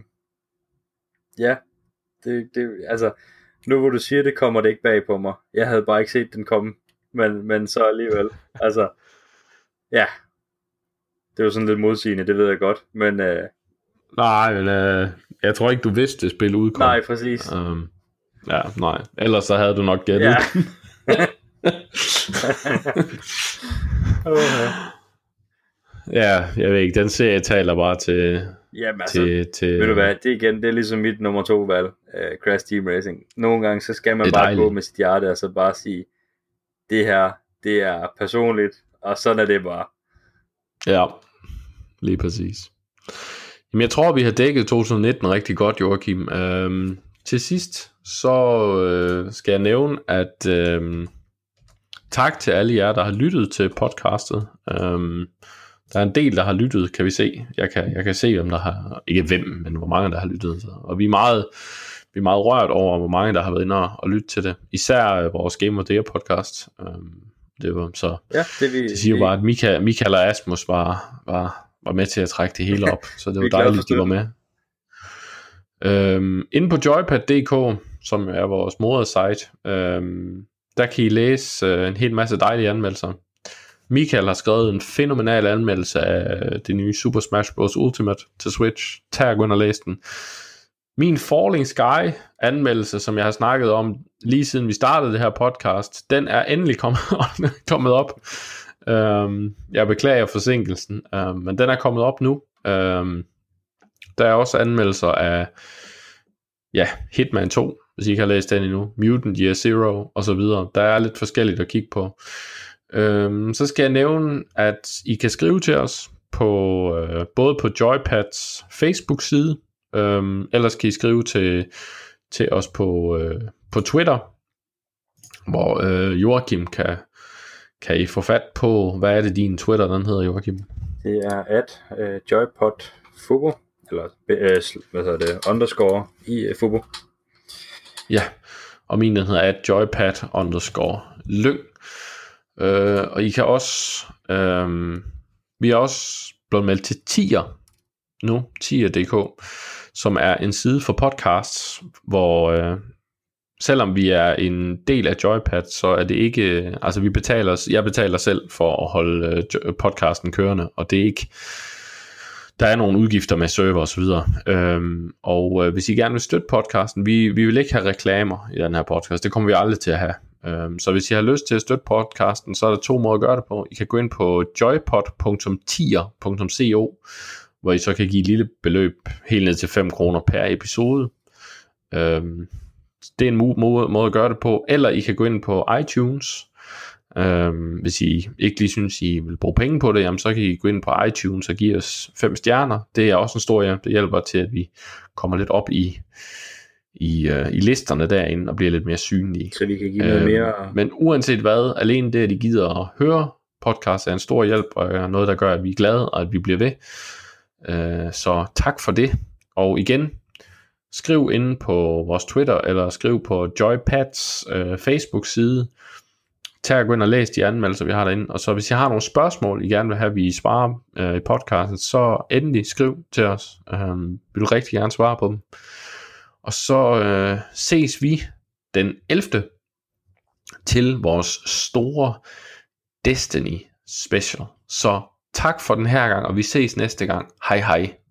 ja, det, det, altså, nu hvor du siger det, kommer det ikke bag på mig. Jeg havde bare ikke set den komme, men, men så alligevel, altså, ja, det var sådan lidt modsigende, det ved jeg godt, men... Øh, nej, men øh, jeg tror ikke, du vidste, det spil udkom. Nej, præcis. Um, ja, nej, ellers så havde du nok gættet. Ja. Okay. Ja, jeg ved ikke, den serie taler bare til... Jamen altså, til, til, ved du hvad, det igen, det er ligesom mit nummer to valg, uh, Crash Team Racing. Nogle gange, så skal man bare dejligt. Gå med sit hjerte, og så bare sige, det her, det er personligt, og sådan er det bare. Ja, lige præcis. Jamen, jeg tror, vi har dækket to tusind nitten rigtig godt, Joachim. Øhm, til sidst, så øh, skal jeg nævne, at øh, tak til alle jer, der har lyttet til podcastet. Øhm, der er en del, der har lyttet, kan vi se. Jeg kan, jeg kan se, hvem der har, ikke hvem, men hvor mange, der har lyttet. Så. Og vi er, meget, vi er meget rørt over, hvor mange, der har været inde og, og lyttet til det. Især øh, vores Game of the Year podcast. Øhm, det var så, ja, det, vi, det siger vi, bare, at Michael, Michael og Asmus var... var var med til at trække det hele op, så det var dejligt, de var med. Øhm, inde på joypad punktum d k, som er vores modersite, øhm, der kan I læse øh, en hel masse dejlige anmeldelser. Michael har skrevet en fænomenal anmeldelse af det nye Super Smash Bros. Ultimate til Switch. Tag og gå ind og læse den. Min Falling Sky anmeldelse, som jeg har snakket om lige siden vi startede det her podcast, den er endelig kommet, kommet op. Um, jeg beklager forsinkelsen, um, men den er kommet op nu. Um, der er også anmeldelser af ja, Hitman to, hvis I ikke har læst den endnu, Mutant Year Zero og så videre. Der er lidt forskelligt at kigge på. Um, så skal jeg nævne, at I kan skrive til os på uh, både på Joypads Facebook side, um, ellers kan I skrive til til os på uh, på Twitter, hvor uh, Joachim kan Kan I få fat på, hvad er det din Twitter, den hedder, Joachim? Det er at uh, joypodfubo, eller uh, hvad hedder det, underscore i uh, fubo. Ja, og min den hedder at joypad underscore lyng. Uh, og I kan også, uh, vi er også blevet meldt til Tier nu, tier punktum d k, som er en side for podcasts, hvor... Uh, selvom vi er en del af Joypad, så er det ikke, altså vi betaler, jeg betaler selv for at holde podcasten kørende, og det er ikke, der er nogle udgifter med server og så videre. Øhm, og øh, hvis I gerne vil støtte podcasten, vi, vi vil ikke have reklamer i den her podcast, det kommer vi aldrig til at have. Øhm, så hvis I har lyst til at støtte podcasten, så er der to måder at gøre det på. I kan gå ind på joypod punktum tier punktum co, hvor I så kan give et lille beløb helt ned til fem kroner per episode. Øhm, Det er en måde at gøre det på. Eller I kan gå ind på iTunes, Øhm, hvis I ikke lige synes I vil bruge penge på det, jamen så kan I gå ind på iTunes og give os fem stjerner. Det er også en stor hjælp. Det hjælper til at vi kommer lidt op i i, uh, i listerne derinde og bliver lidt mere synlige. Så vi kan give noget øhm, mere. Men uanset hvad, alene det at I gider at høre podcast er en stor hjælp og er noget der gør at vi er glade og at vi bliver ved. Uh, så tak for det. Og igen, skriv inde på vores Twitter eller skriv på Joypads uh, Facebook side. Tag og gå ind og læs de anmeldelser vi har derinde. Og så hvis I har nogle spørgsmål I gerne vil have at vi svarer uh, i podcasten, så endelig skriv til os. uh, Vi vil rigtig gerne svare på dem. Og så øh, ses vi den ellevte til vores store Destiny special. Så tak for den her gang, og vi ses næste gang. Hej hej.